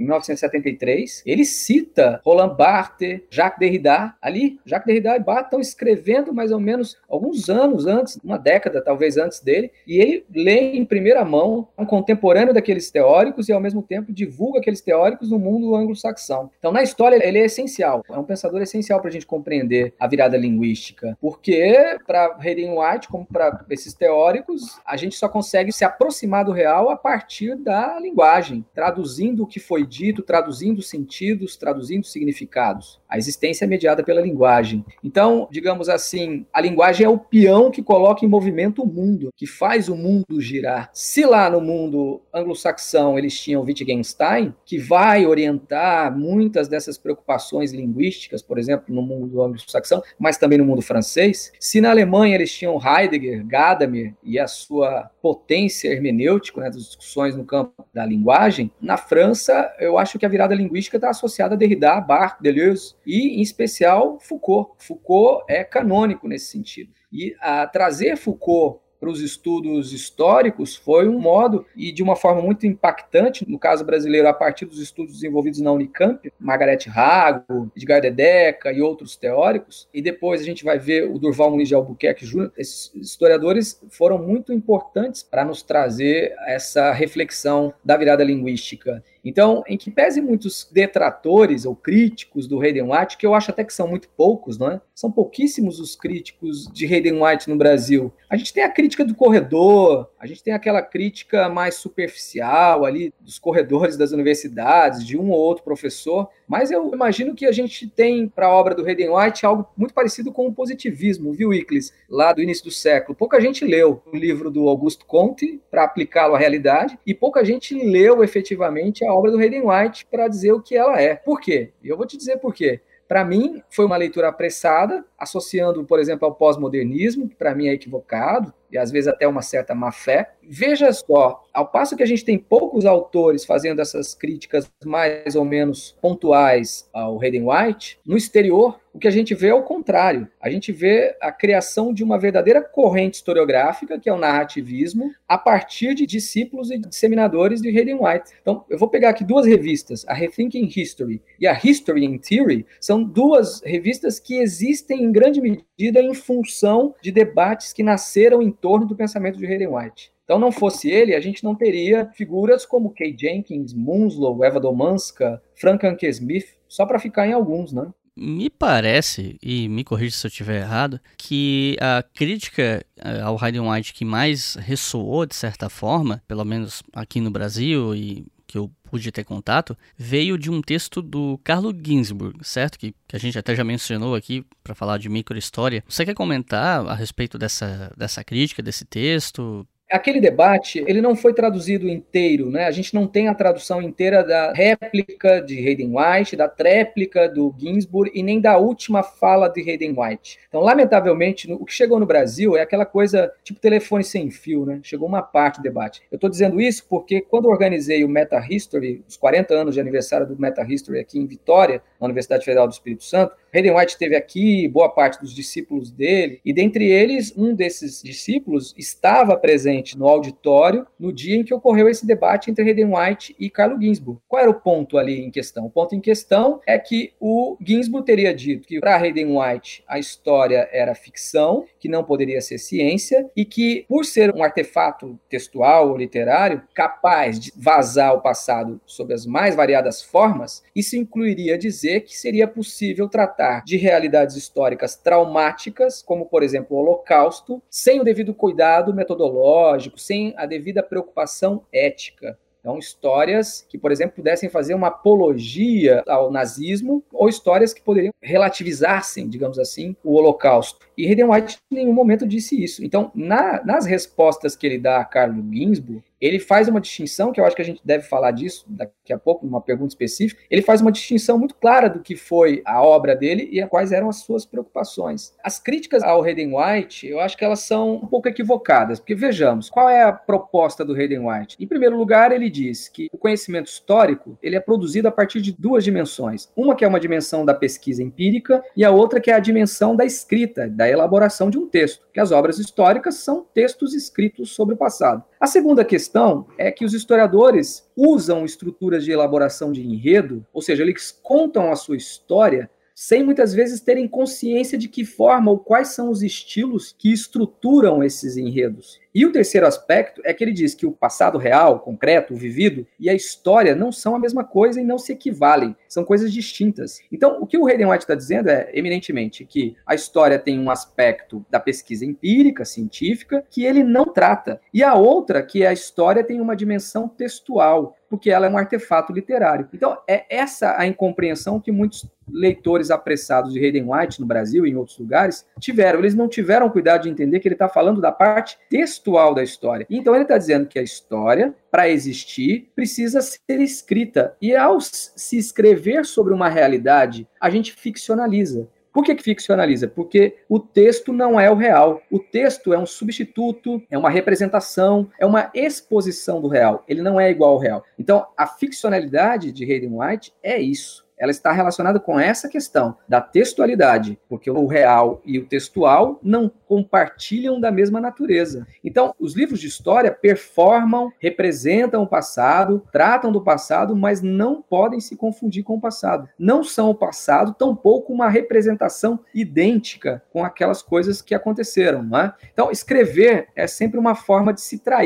1973, ele cita Roland Barthes, Jacques Derrida. Ali, Jacques Derrida e Barthes estão escrevendo mais ou menos alguns anos antes, uma década talvez antes dele, e ele lê em primeira mão um contemporâneo daqueles teóricos e ao mesmo tempo divulga aqueles teóricos no mundo anglo-saxão. Então na história ele é essencial, é um pensador essencial para a gente compreender a virada linguística, porque para Hayden White, como para esses teóricos, a gente só consegue se aproximar do real a partir da linguagem, traduzindo o que foi dito, traduzindo sentidos, traduzindo significados. A existência é mediada pela linguagem. Então, digamos assim, a linguagem é o peão que coloca em movimento o mundo, que faz o mundo girar. Se lá no mundo anglo-saxão eles tinham Wittgenstein, que vai orientar muitas dessas preocupações linguísticas, por exemplo, no mundo anglo-saxão, mas também no mundo francês. Se na Alemanha eles tinham Heidegger, Gadamer e a sua potência hermenêutica, né, das discussões no campo da linguagem, na França eu acho que a virada linguística está associada a Derrida, Barthes, Deleuze e, em especial, Foucault. Foucault é canônico nesse sentido. E trazer Foucault para os estudos históricos foi um modo, e de uma forma muito impactante, no caso brasileiro, a partir dos estudos desenvolvidos na Unicamp, Margaret Rago, Edgar Dedeca e outros teóricos, e depois a gente vai ver o Durval Muniz de Albuquerque Jr., esses historiadores foram muito importantes para nos trazer essa reflexão da virada linguística. Então, em que pese muitos detratores ou críticos do Hayden White, que eu acho até que são muito poucos, não é? São pouquíssimos os críticos de Hayden White no Brasil. A gente tem a crítica do corredor, a gente tem aquela crítica mais superficial ali dos corredores das universidades, de um ou outro professor, mas eu imagino que a gente tem para a obra do Hayden White algo muito parecido com o positivismo, viu, Iclis? Lá do início do século. Pouca gente leu o livro do Auguste Comte para aplicá-lo à realidade e pouca gente leu efetivamente a obra do Hayden White para dizer o que ela é. Por quê? E eu vou te dizer por quê. Para mim, foi uma leitura apressada, associando, por exemplo, ao pós-modernismo, que para mim é equivocado, e às vezes até uma certa má-fé. Veja só, ao passo que a gente tem poucos autores fazendo essas críticas mais ou menos pontuais ao Hayden White, no exterior, o que a gente vê é o contrário. A gente vê a criação de uma verdadeira corrente historiográfica, que é o narrativismo, a partir de discípulos e disseminadores de Hayden White. Então, eu vou pegar aqui duas revistas, a Rethinking History e a History in Theory, são duas revistas que existem em grande medida em função de debates que nasceram em torno do pensamento de Hayden White. Então, não fosse ele, a gente não teria figuras como Kay Jenkins, Munslow, Eva Domanska, Frank Anke Smith, só para ficar em alguns, né? Me parece, e me corrija se eu estiver errado, que a crítica ao Hayden White que mais ressoou, de certa forma, pelo menos aqui no Brasil e que eu pude ter contato, veio de um texto do Carlo Ginzburg, certo? Que a gente até já mencionou aqui para falar de microhistória. Você quer comentar a respeito dessa crítica, desse texto? Aquele debate, ele não foi traduzido inteiro, né? A gente não tem a tradução inteira da réplica de Hayden White, da tréplica do Ginzburg e nem da última fala de Hayden White. Então, lamentavelmente, o que chegou no Brasil é aquela coisa tipo telefone sem fio, né? Chegou uma parte do debate. Eu estou dizendo isso porque quando eu organizei o Meta History, os 40 anos de aniversário do Meta History aqui em Vitória, na Universidade Federal do Espírito Santo, Hayden White esteve aqui, boa parte dos discípulos dele, e dentre eles, um desses discípulos estava presente no auditório no dia em que ocorreu esse debate entre Hayden White e Carlo Ginzburg. Qual era o ponto ali em questão? O ponto em questão é que o Ginzburg teria dito que para Hayden White a história era ficção, que não poderia ser ciência, e que por ser um artefato textual ou literário capaz de vazar o passado sob as mais variadas formas, isso incluiria dizer que seria possível tratar de realidades históricas traumáticas, como, por exemplo, o Holocausto, sem o devido cuidado metodológico, sem a devida preocupação ética. Então, histórias que, por exemplo, pudessem fazer uma apologia ao nazismo ou histórias que poderiam relativizassem, digamos assim, o Holocausto. E Hayden White em nenhum momento disse isso. Então, nas respostas que ele dá a Carlo Ginzburg, ele faz uma distinção, que eu acho que a gente deve falar disso daqui a pouco, numa pergunta específica, ele faz uma distinção muito clara do que foi a obra dele e quais eram as suas preocupações. As críticas ao Hayden White, eu acho que elas são um pouco equivocadas, porque vejamos, qual é a proposta do Hayden White? Em primeiro lugar, ele diz que o conhecimento histórico, ele é produzido a partir de duas dimensões. Uma que é uma dimensão da pesquisa empírica e a outra que é a dimensão da escrita, da elaboração de um texto, que as obras históricas são textos escritos sobre o passado. A segunda questão é que os historiadores usam estruturas de elaboração de enredo, ou seja, eles contam a sua história sem muitas vezes terem consciência de que forma ou quais são os estilos que estruturam esses enredos. E o terceiro aspecto é que ele diz que o passado real, concreto, o vivido, e a história não são a mesma coisa e não se equivalem, são coisas distintas. Então, o que o Hayden White está dizendo é, eminentemente, que a história tem um aspecto da pesquisa empírica, científica, que ele não trata. E a outra, que a história tem uma dimensão textual, porque ela é um artefato literário. Então, é essa a incompreensão que muitos leitores apressados de Hayden White no Brasil e em outros lugares tiveram. Eles não tiveram cuidado de entender que ele está falando da parte textual da história. Então, ele está dizendo que a história, para existir, precisa ser escrita. E ao se escrever sobre uma realidade, a gente ficcionaliza. Por que ficcionaliza? Porque o texto não é o real. O texto é um substituto, é uma representação, é uma exposição do real. Ele não é igual ao real. Então, a ficcionalidade de Hayden White é isso. Ela está relacionada com essa questão da textualidade, porque o real e o textual não compartilham da mesma natureza. Então, os livros de história performam, representam o passado, tratam do passado, mas não podem se confundir com o passado. Não são o passado, tampouco uma representação idêntica com aquelas coisas que aconteceram, não é? Então, escrever é sempre uma forma de se trair.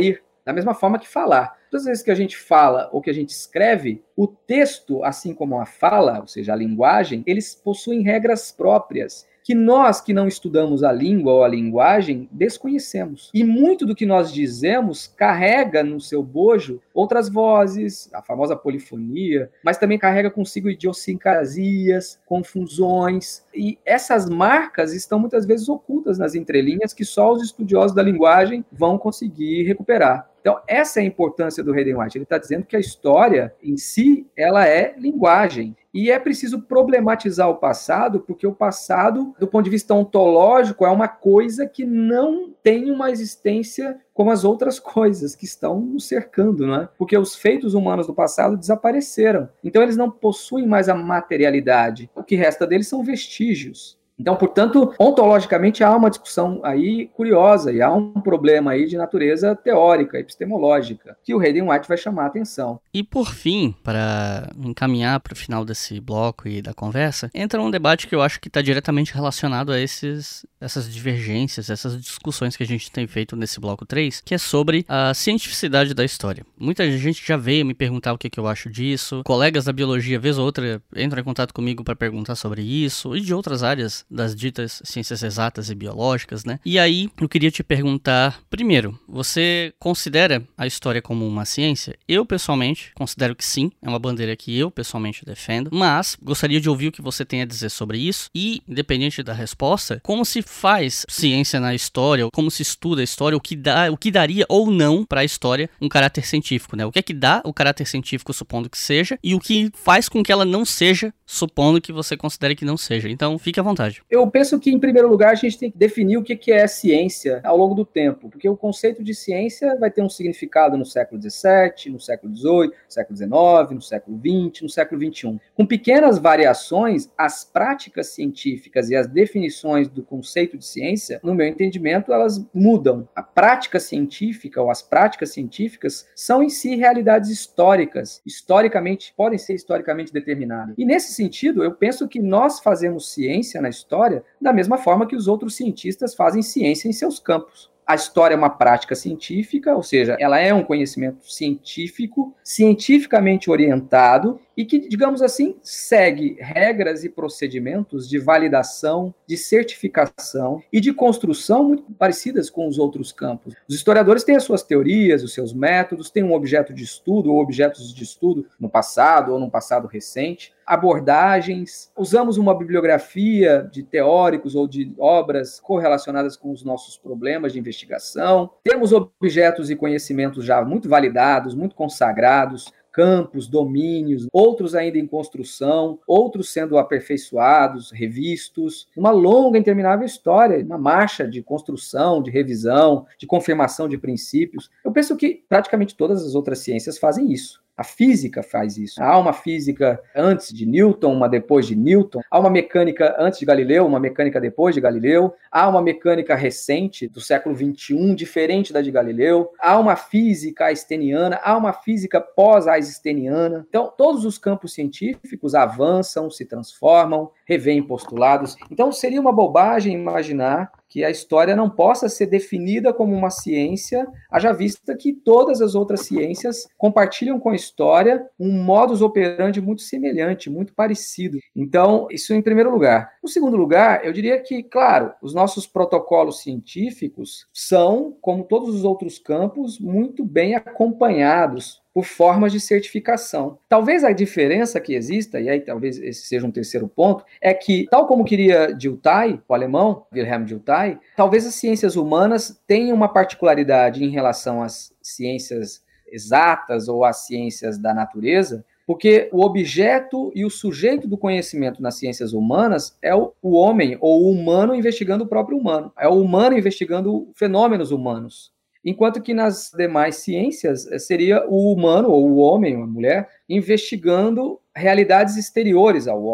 Da mesma forma que falar. Todas as vezes que a gente fala ou que a gente escreve, o texto, assim como a fala, ou seja, a linguagem, eles possuem regras próprias, que nós que não estudamos a língua ou a linguagem desconhecemos. E muito do que nós dizemos carrega no seu bojo outras vozes, a famosa polifonia, mas também carrega consigo idiosincrasias, confusões. E essas marcas estão muitas vezes ocultas nas entrelinhas que só os estudiosos da linguagem vão conseguir recuperar. Então, essa é a importância do Hayden White. Ele está dizendo que a história em si, ela é linguagem. E é preciso problematizar o passado, porque o passado, do ponto de vista ontológico, é uma coisa que não tem uma existência como as outras coisas que estão nos cercando, não é? Porque os feitos humanos do passado desapareceram. Então, eles não possuem mais a materialidade. O que resta deles são vestígios. Então, portanto, ontologicamente há uma discussão aí curiosa e há um problema aí de natureza teórica, epistemológica, que o Hayden White vai chamar a atenção. E por fim, para encaminhar para o final desse bloco e da conversa, entra um debate que eu acho que está diretamente relacionado a essas divergências, essas discussões que a gente tem feito nesse bloco 3, que é sobre a cientificidade da história. Muita gente já veio me perguntar o que eu acho disso, colegas da biologia, vez ou outra, entram em contato comigo para perguntar sobre isso, e de outras áreas das ditas ciências exatas e biológicas, né? E aí, eu queria te perguntar, primeiro, você considera a história como uma ciência? Eu, pessoalmente, considero que sim, é uma bandeira que eu, pessoalmente, defendo, mas gostaria de ouvir o que você tem a dizer sobre isso e, independente da resposta, como se faz ciência na história, ou como se estuda a história, o que daria ou não para a história um caráter científico, né? O que é que dá o caráter científico, supondo que seja, e o que faz com que ela não seja, supondo que você considere que não seja. Então, fique à vontade. Eu penso que, em primeiro lugar, a gente tem que definir o que é ciência ao longo do tempo, porque o conceito de ciência vai ter um significado no século XVII, no século XVIII, no século XIX, no século XX, no século XXI. Com pequenas variações, as práticas científicas e as definições do conceito de ciência, no meu entendimento, elas mudam. A prática científica ou as práticas científicas são em si realidades históricas, podem ser historicamente determinadas. E nesse sentido, eu penso que nós fazemos ciência na história da mesma forma que os outros cientistas fazem ciência em seus campos. A história é uma prática científica, ou seja, ela é um conhecimento científico, cientificamente orientado e que, digamos assim, segue regras e procedimentos de validação, de certificação e de construção muito parecidas com os outros campos. Os historiadores têm as suas teorias, os seus métodos, têm um objeto de estudo ou objetos de estudo no passado ou num passado recente, abordagens, usamos uma bibliografia de teóricos ou de obras correlacionadas com os nossos problemas de investigação, temos objetos e conhecimentos já muito validados, muito consagrados, campos, domínios, outros ainda em construção, outros sendo aperfeiçoados, revistos, uma longa e interminável história, uma marcha de construção, de revisão, de confirmação de princípios. Eu penso que praticamente todas as outras ciências fazem isso. A física faz isso. Há uma física antes de Newton, uma depois de Newton. Há uma mecânica antes de Galileu, uma mecânica depois de Galileu. Há uma mecânica recente, do século XXI, diferente da de Galileu. Há uma física einsteiniana, há uma física pós-einsteiniana. Então, todos os campos científicos avançam, se transformam, revêem postulados. Então, seria uma bobagem imaginar que a história não possa ser definida como uma ciência, haja vista que todas as outras ciências compartilham com a história um modus operandi muito semelhante, muito parecido. Então, isso em primeiro lugar. No segundo lugar, eu diria que, claro, os nossos protocolos científicos são, como todos os outros campos, muito bem acompanhados por formas de certificação. Talvez a diferença que exista, e aí talvez esse seja um terceiro ponto, é que, tal como queria Dilthey, o alemão, Wilhelm Dilthey, talvez as ciências humanas tenham uma particularidade em relação às ciências exatas ou às ciências da natureza, porque o objeto e o sujeito do conhecimento nas ciências humanas é o homem, ou o humano investigando o próprio humano. É o humano investigando fenômenos humanos. Enquanto que nas demais ciências seria o humano, ou o homem, ou a mulher, investigando realidades exteriores ao homem.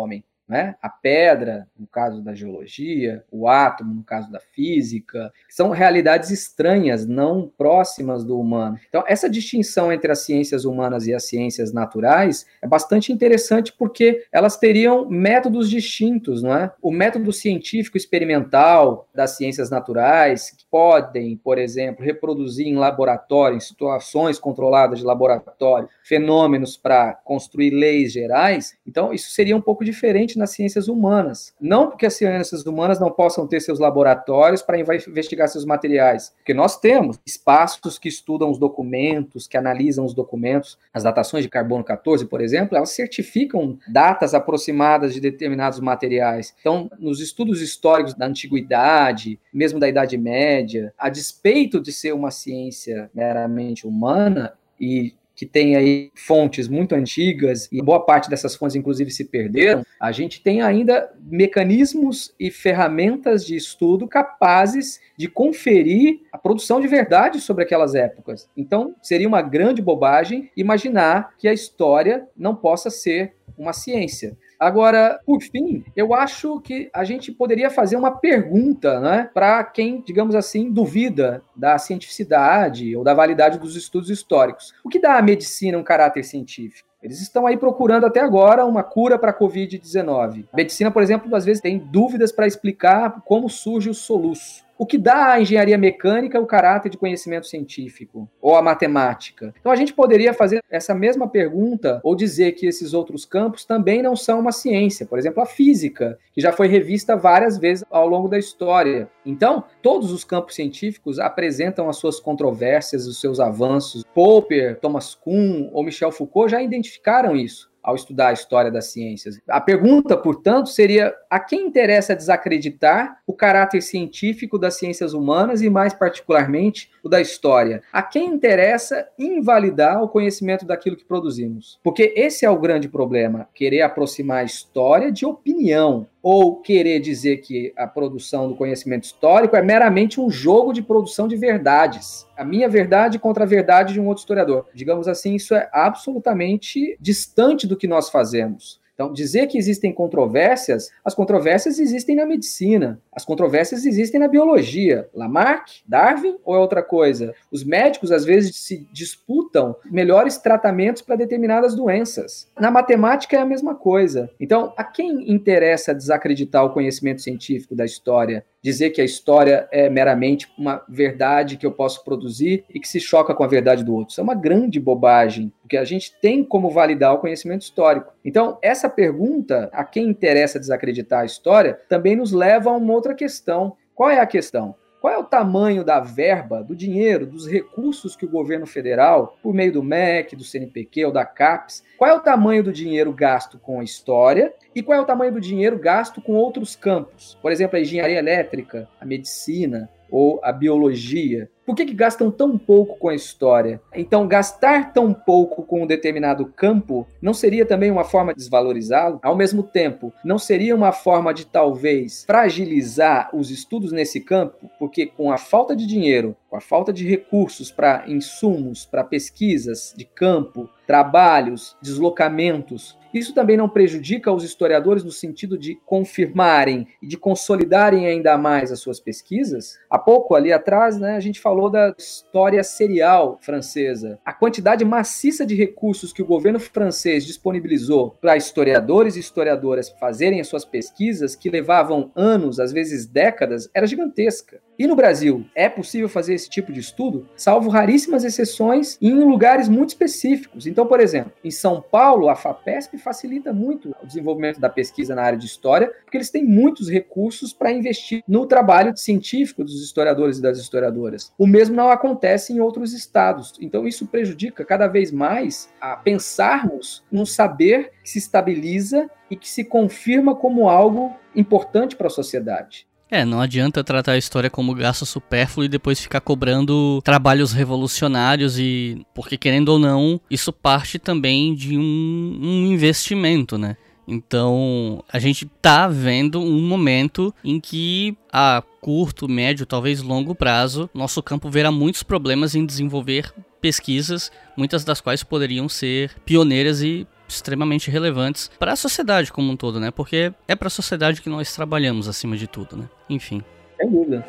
né? A pedra, no caso da geologia, o átomo, no caso da física, são realidades estranhas, não próximas do humano. Então, essa distinção entre as ciências humanas e as ciências naturais é bastante interessante porque elas teriam métodos distintos, não é? O método científico experimental das ciências naturais, que podem, por exemplo, reproduzir em laboratório, em situações controladas de laboratório, fenômenos para construir leis gerais, então isso seria um pouco diferente nas ciências humanas. Não porque as ciências humanas não possam ter seus laboratórios para investigar seus materiais, porque nós temos espaços que estudam os documentos, que analisam os documentos. As datações de carbono 14, por exemplo, elas certificam datas aproximadas de determinados materiais. Então, nos estudos históricos da antiguidade, mesmo da Idade Média, a despeito de ser uma ciência meramente humana e que tem aí fontes muito antigas, e boa parte dessas fontes, inclusive, se perderam, a gente tem ainda mecanismos e ferramentas de estudo capazes de conferir a produção de verdade sobre aquelas épocas. Então, seria uma grande bobagem imaginar que a história não possa ser uma ciência. Agora, por fim, eu acho que a gente poderia fazer uma pergunta, né, para quem, digamos assim, duvida da cientificidade ou da validade dos estudos históricos. O que dá à medicina um caráter científico? Eles estão aí procurando até agora uma cura para a Covid-19. A medicina, por exemplo, às vezes tem dúvidas para explicar como surge o soluço. O que dá à engenharia mecânica o caráter de conhecimento científico, ou a matemática. Então a gente poderia fazer essa mesma pergunta, ou dizer que esses outros campos também não são uma ciência. Por exemplo, a física, que já foi revista várias vezes ao longo da história. Então, todos os campos científicos apresentam as suas controvérsias, os seus avanços. Popper, Thomas Kuhn ou Michel Foucault já identificaram isso ao estudar a história das ciências. A pergunta, portanto, seria: a quem interessa desacreditar o caráter científico das ciências humanas e, mais particularmente, o da história? A quem interessa invalidar o conhecimento daquilo que produzimos? Porque esse é o grande problema, querer aproximar a história de opinião, ou querer dizer que a produção do conhecimento histórico é meramente um jogo de produção de verdades. A minha verdade contra a verdade de um outro historiador. Digamos assim, isso é absolutamente distante do que nós fazemos. Então, dizer que existem controvérsias, as controvérsias existem na medicina, as controvérsias existem na biologia. Lamarck, Darwin ou é outra coisa? Os médicos, às vezes, se disputam melhores tratamentos para determinadas doenças. Na matemática é a mesma coisa. Então, a quem interessa desacreditar o conhecimento científico da história? Dizer que a história é meramente uma verdade que eu posso produzir e que se choca com a verdade do outro. Isso é uma grande bobagem, porque a gente tem como validar o conhecimento histórico. Então, essa pergunta, a quem interessa desacreditar a história, também nos leva a uma outra questão. Qual é a questão? Qual é o tamanho da verba, do dinheiro, dos recursos que o governo federal, por meio do MEC, do CNPq ou da CAPES, qual é o tamanho do dinheiro gasto com a história e qual é o tamanho do dinheiro gasto com outros campos? Por exemplo, a engenharia elétrica, a medicina ou a biologia. Por que gastam tão pouco com a história? Então, gastar tão pouco com um determinado campo não seria também uma forma de desvalorizá-lo? Ao mesmo tempo, não seria uma forma de, talvez, fragilizar os estudos nesse campo? Porque com a falta de dinheiro, com a falta de recursos para insumos, para pesquisas de campo, trabalhos, deslocamentos, isso também não prejudica os historiadores no sentido de confirmarem e de consolidarem ainda mais as suas pesquisas? Há pouco, ali atrás, a gente falou da história serial francesa. A quantidade maciça de recursos que o governo francês disponibilizou para historiadores e historiadoras fazerem as suas pesquisas, que levavam anos, às vezes décadas, era gigantesca. E no Brasil, é possível fazer esse tipo de estudo, salvo raríssimas exceções em lugares muito específicos. Então, por exemplo, em São Paulo, a FAPESP facilita muito o desenvolvimento da pesquisa na área de história, porque eles têm muitos recursos para investir no trabalho científico dos historiadores e das historiadoras. O mesmo não acontece em outros estados. Então, isso prejudica cada vez mais a pensarmos num saber que se estabiliza e que se confirma como algo importante para a sociedade. Não adianta tratar a história como gasto supérfluo e depois ficar cobrando trabalhos revolucionários, porque, querendo ou não, isso parte também de um investimento, né? Então, a gente tá vendo um momento em que, a curto, médio, talvez longo prazo, nosso campo verá muitos problemas em desenvolver pesquisas, muitas das quais poderiam ser pioneiras e extremamente relevantes para a sociedade como um todo, né? Porque é para a sociedade que nós trabalhamos acima de tudo, né? Enfim. Sem dúvida.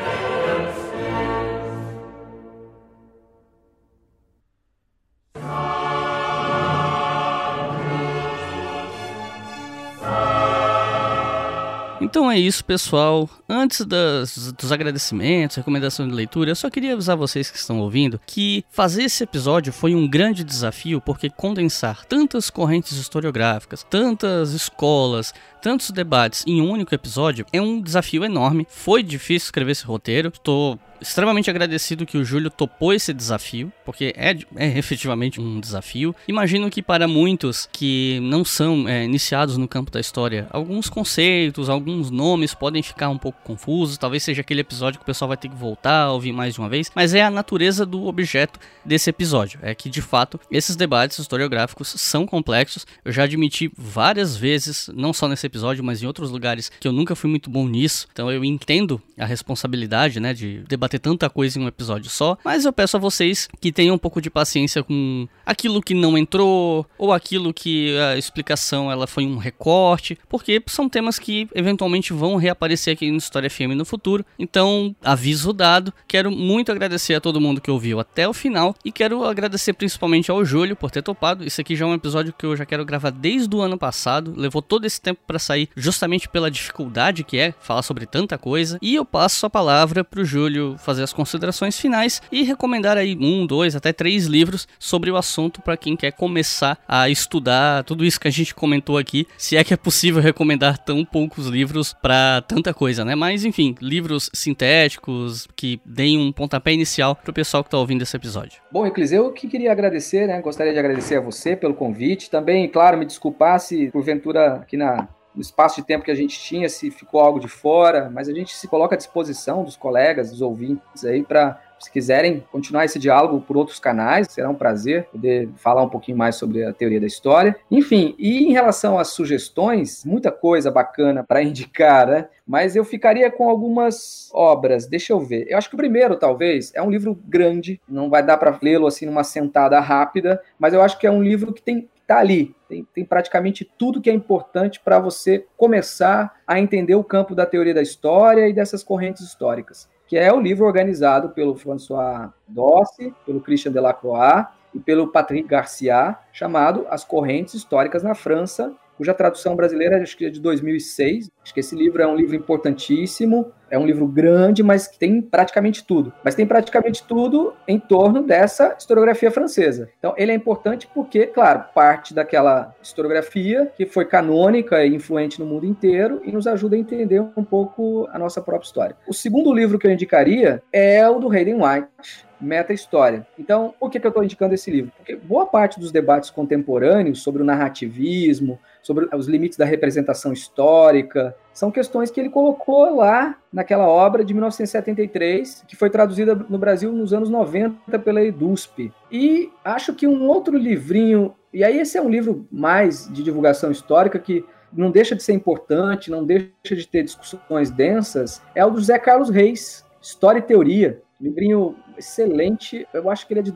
Então é isso, pessoal. Antes dos agradecimentos, recomendação de leitura, eu só queria avisar vocês que estão ouvindo que fazer esse episódio foi um grande desafio, porque condensar tantas correntes historiográficas, tantas escolas, tantos debates em um único episódio é um desafio enorme. Foi difícil escrever esse roteiro. Estou extremamente agradecido que o Júlio topou esse desafio, porque é efetivamente um desafio. Imagino que para muitos que não são iniciados no campo da história, alguns conceitos, alguns nomes podem ficar um pouco confusos. Talvez seja aquele episódio que o pessoal vai ter que voltar a ouvir mais de uma vez, mas é a natureza do objeto desse episódio. É que, de fato, esses debates historiográficos são complexos. Eu já admiti várias vezes, não só nesse episódio, mas em outros lugares, que eu nunca fui muito bom nisso. Então eu entendo a responsabilidade, né, de debater tanta coisa em um episódio só, mas eu peço a vocês que tenham um pouco de paciência com aquilo que não entrou, ou aquilo que a explicação ela foi um recorte, porque são temas que eventualmente vão reaparecer aqui no História FM no futuro. Então, aviso dado, quero muito agradecer a todo mundo que ouviu até o final, e quero agradecer principalmente ao Júlio por ter topado. Isso aqui já é um episódio que eu já quero gravar desde o ano passado, levou todo esse tempo para sair, justamente pela dificuldade que é falar sobre tanta coisa, e eu passo a palavra pro Júlio fazer as considerações finais e recomendar aí 1, 2, até 3 livros sobre o assunto para quem quer começar a estudar tudo isso que a gente comentou aqui, se é que é possível recomendar tão poucos livros para tanta coisa, né? Mas enfim, livros sintéticos que deem um pontapé inicial pro pessoal que tá ouvindo esse episódio. Bom, Euclides, eu que queria agradecer, né? Gostaria de agradecer a você pelo convite. Também, claro, me desculpar se porventura aqui no espaço de tempo que a gente tinha, se ficou algo de fora, mas a gente se coloca à disposição dos colegas, dos ouvintes aí, para, se quiserem continuar esse diálogo por outros canais, será um prazer poder falar um pouquinho mais sobre a teoria da história. Enfim, e em relação às sugestões, muita coisa bacana para indicar, né? Mas eu ficaria com algumas obras, deixa eu ver. Eu acho que o primeiro, talvez, é um livro grande, não vai dar para lê-lo assim numa sentada rápida, mas eu acho que é um livro que tá ali, tem praticamente tudo que é importante para você começar a entender o campo da teoria da história e dessas correntes históricas, que é o livro organizado pelo François Dosse, pelo Christian Delacroix e pelo Patrick Garcia, chamado As Correntes Históricas na França, cuja tradução brasileira acho que é de 2006. Acho que esse livro é um livro importantíssimo, é um livro grande, mas que tem praticamente tudo. Mas tem praticamente tudo em torno dessa historiografia francesa. Então, ele é importante porque, claro, parte daquela historiografia que foi canônica e influente no mundo inteiro e nos ajuda a entender um pouco a nossa própria história. O segundo livro que eu indicaria é o do Hayden White, Meta-História. Então, por que eu estou indicando esse livro? Porque boa parte dos debates contemporâneos sobre o narrativismo, sobre os limites da representação histórica, são questões que ele colocou lá naquela obra de 1973, que foi traduzida no Brasil nos anos 90 pela EDUSP. E acho que um outro livrinho, e aí esse é um livro mais de divulgação histórica, que não deixa de ser importante, não deixa de ter discussões densas, é o do José Carlos Reis, História e Teoria. Livrinho excelente, eu acho que ele é de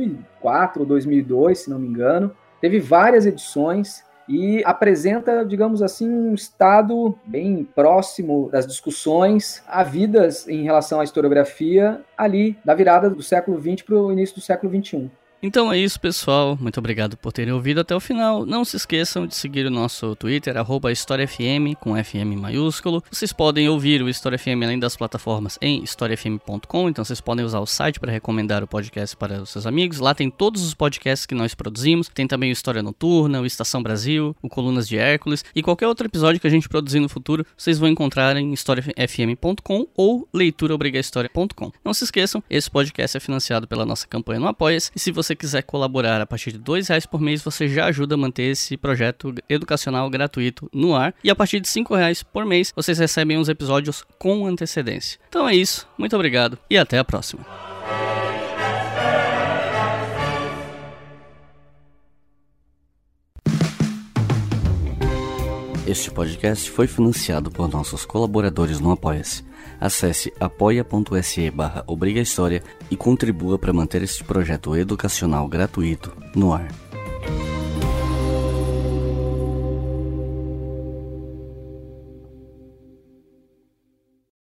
2004 ou 2002, se não me engano. Teve várias edições e apresenta, digamos assim, um estado bem próximo das discussões havidas em relação à historiografia ali, da virada do século XX para o início do século XXI. Então é isso, pessoal. Muito obrigado por terem ouvido até o final. Não se esqueçam de seguir o nosso Twitter, @HistóriaFM, com FM maiúsculo. Vocês podem ouvir o História FM além das plataformas em historiafm.com, então vocês podem usar o site para recomendar o podcast para os seus amigos. Lá tem todos os podcasts que nós produzimos. Tem também o História Noturna, o Estação Brasil, o Colunas de Hércules e qualquer outro episódio que a gente produzir no futuro, vocês vão encontrar em historiafm.com ou leituraobrigahistoria.com. Não se esqueçam, esse podcast é financiado pela nossa campanha no Apoia-se, e se você quiser colaborar a partir de R$2 por mês, você já ajuda a manter esse projeto educacional gratuito no ar. E a partir de R$5 por mês, vocês recebem os episódios com antecedência. Então é isso, muito obrigado e até a próxima. Este podcast foi financiado por nossos colaboradores no Apoia-se. Acesse apoia.se/obrigahistoria e contribua para manter este projeto educacional gratuito no ar.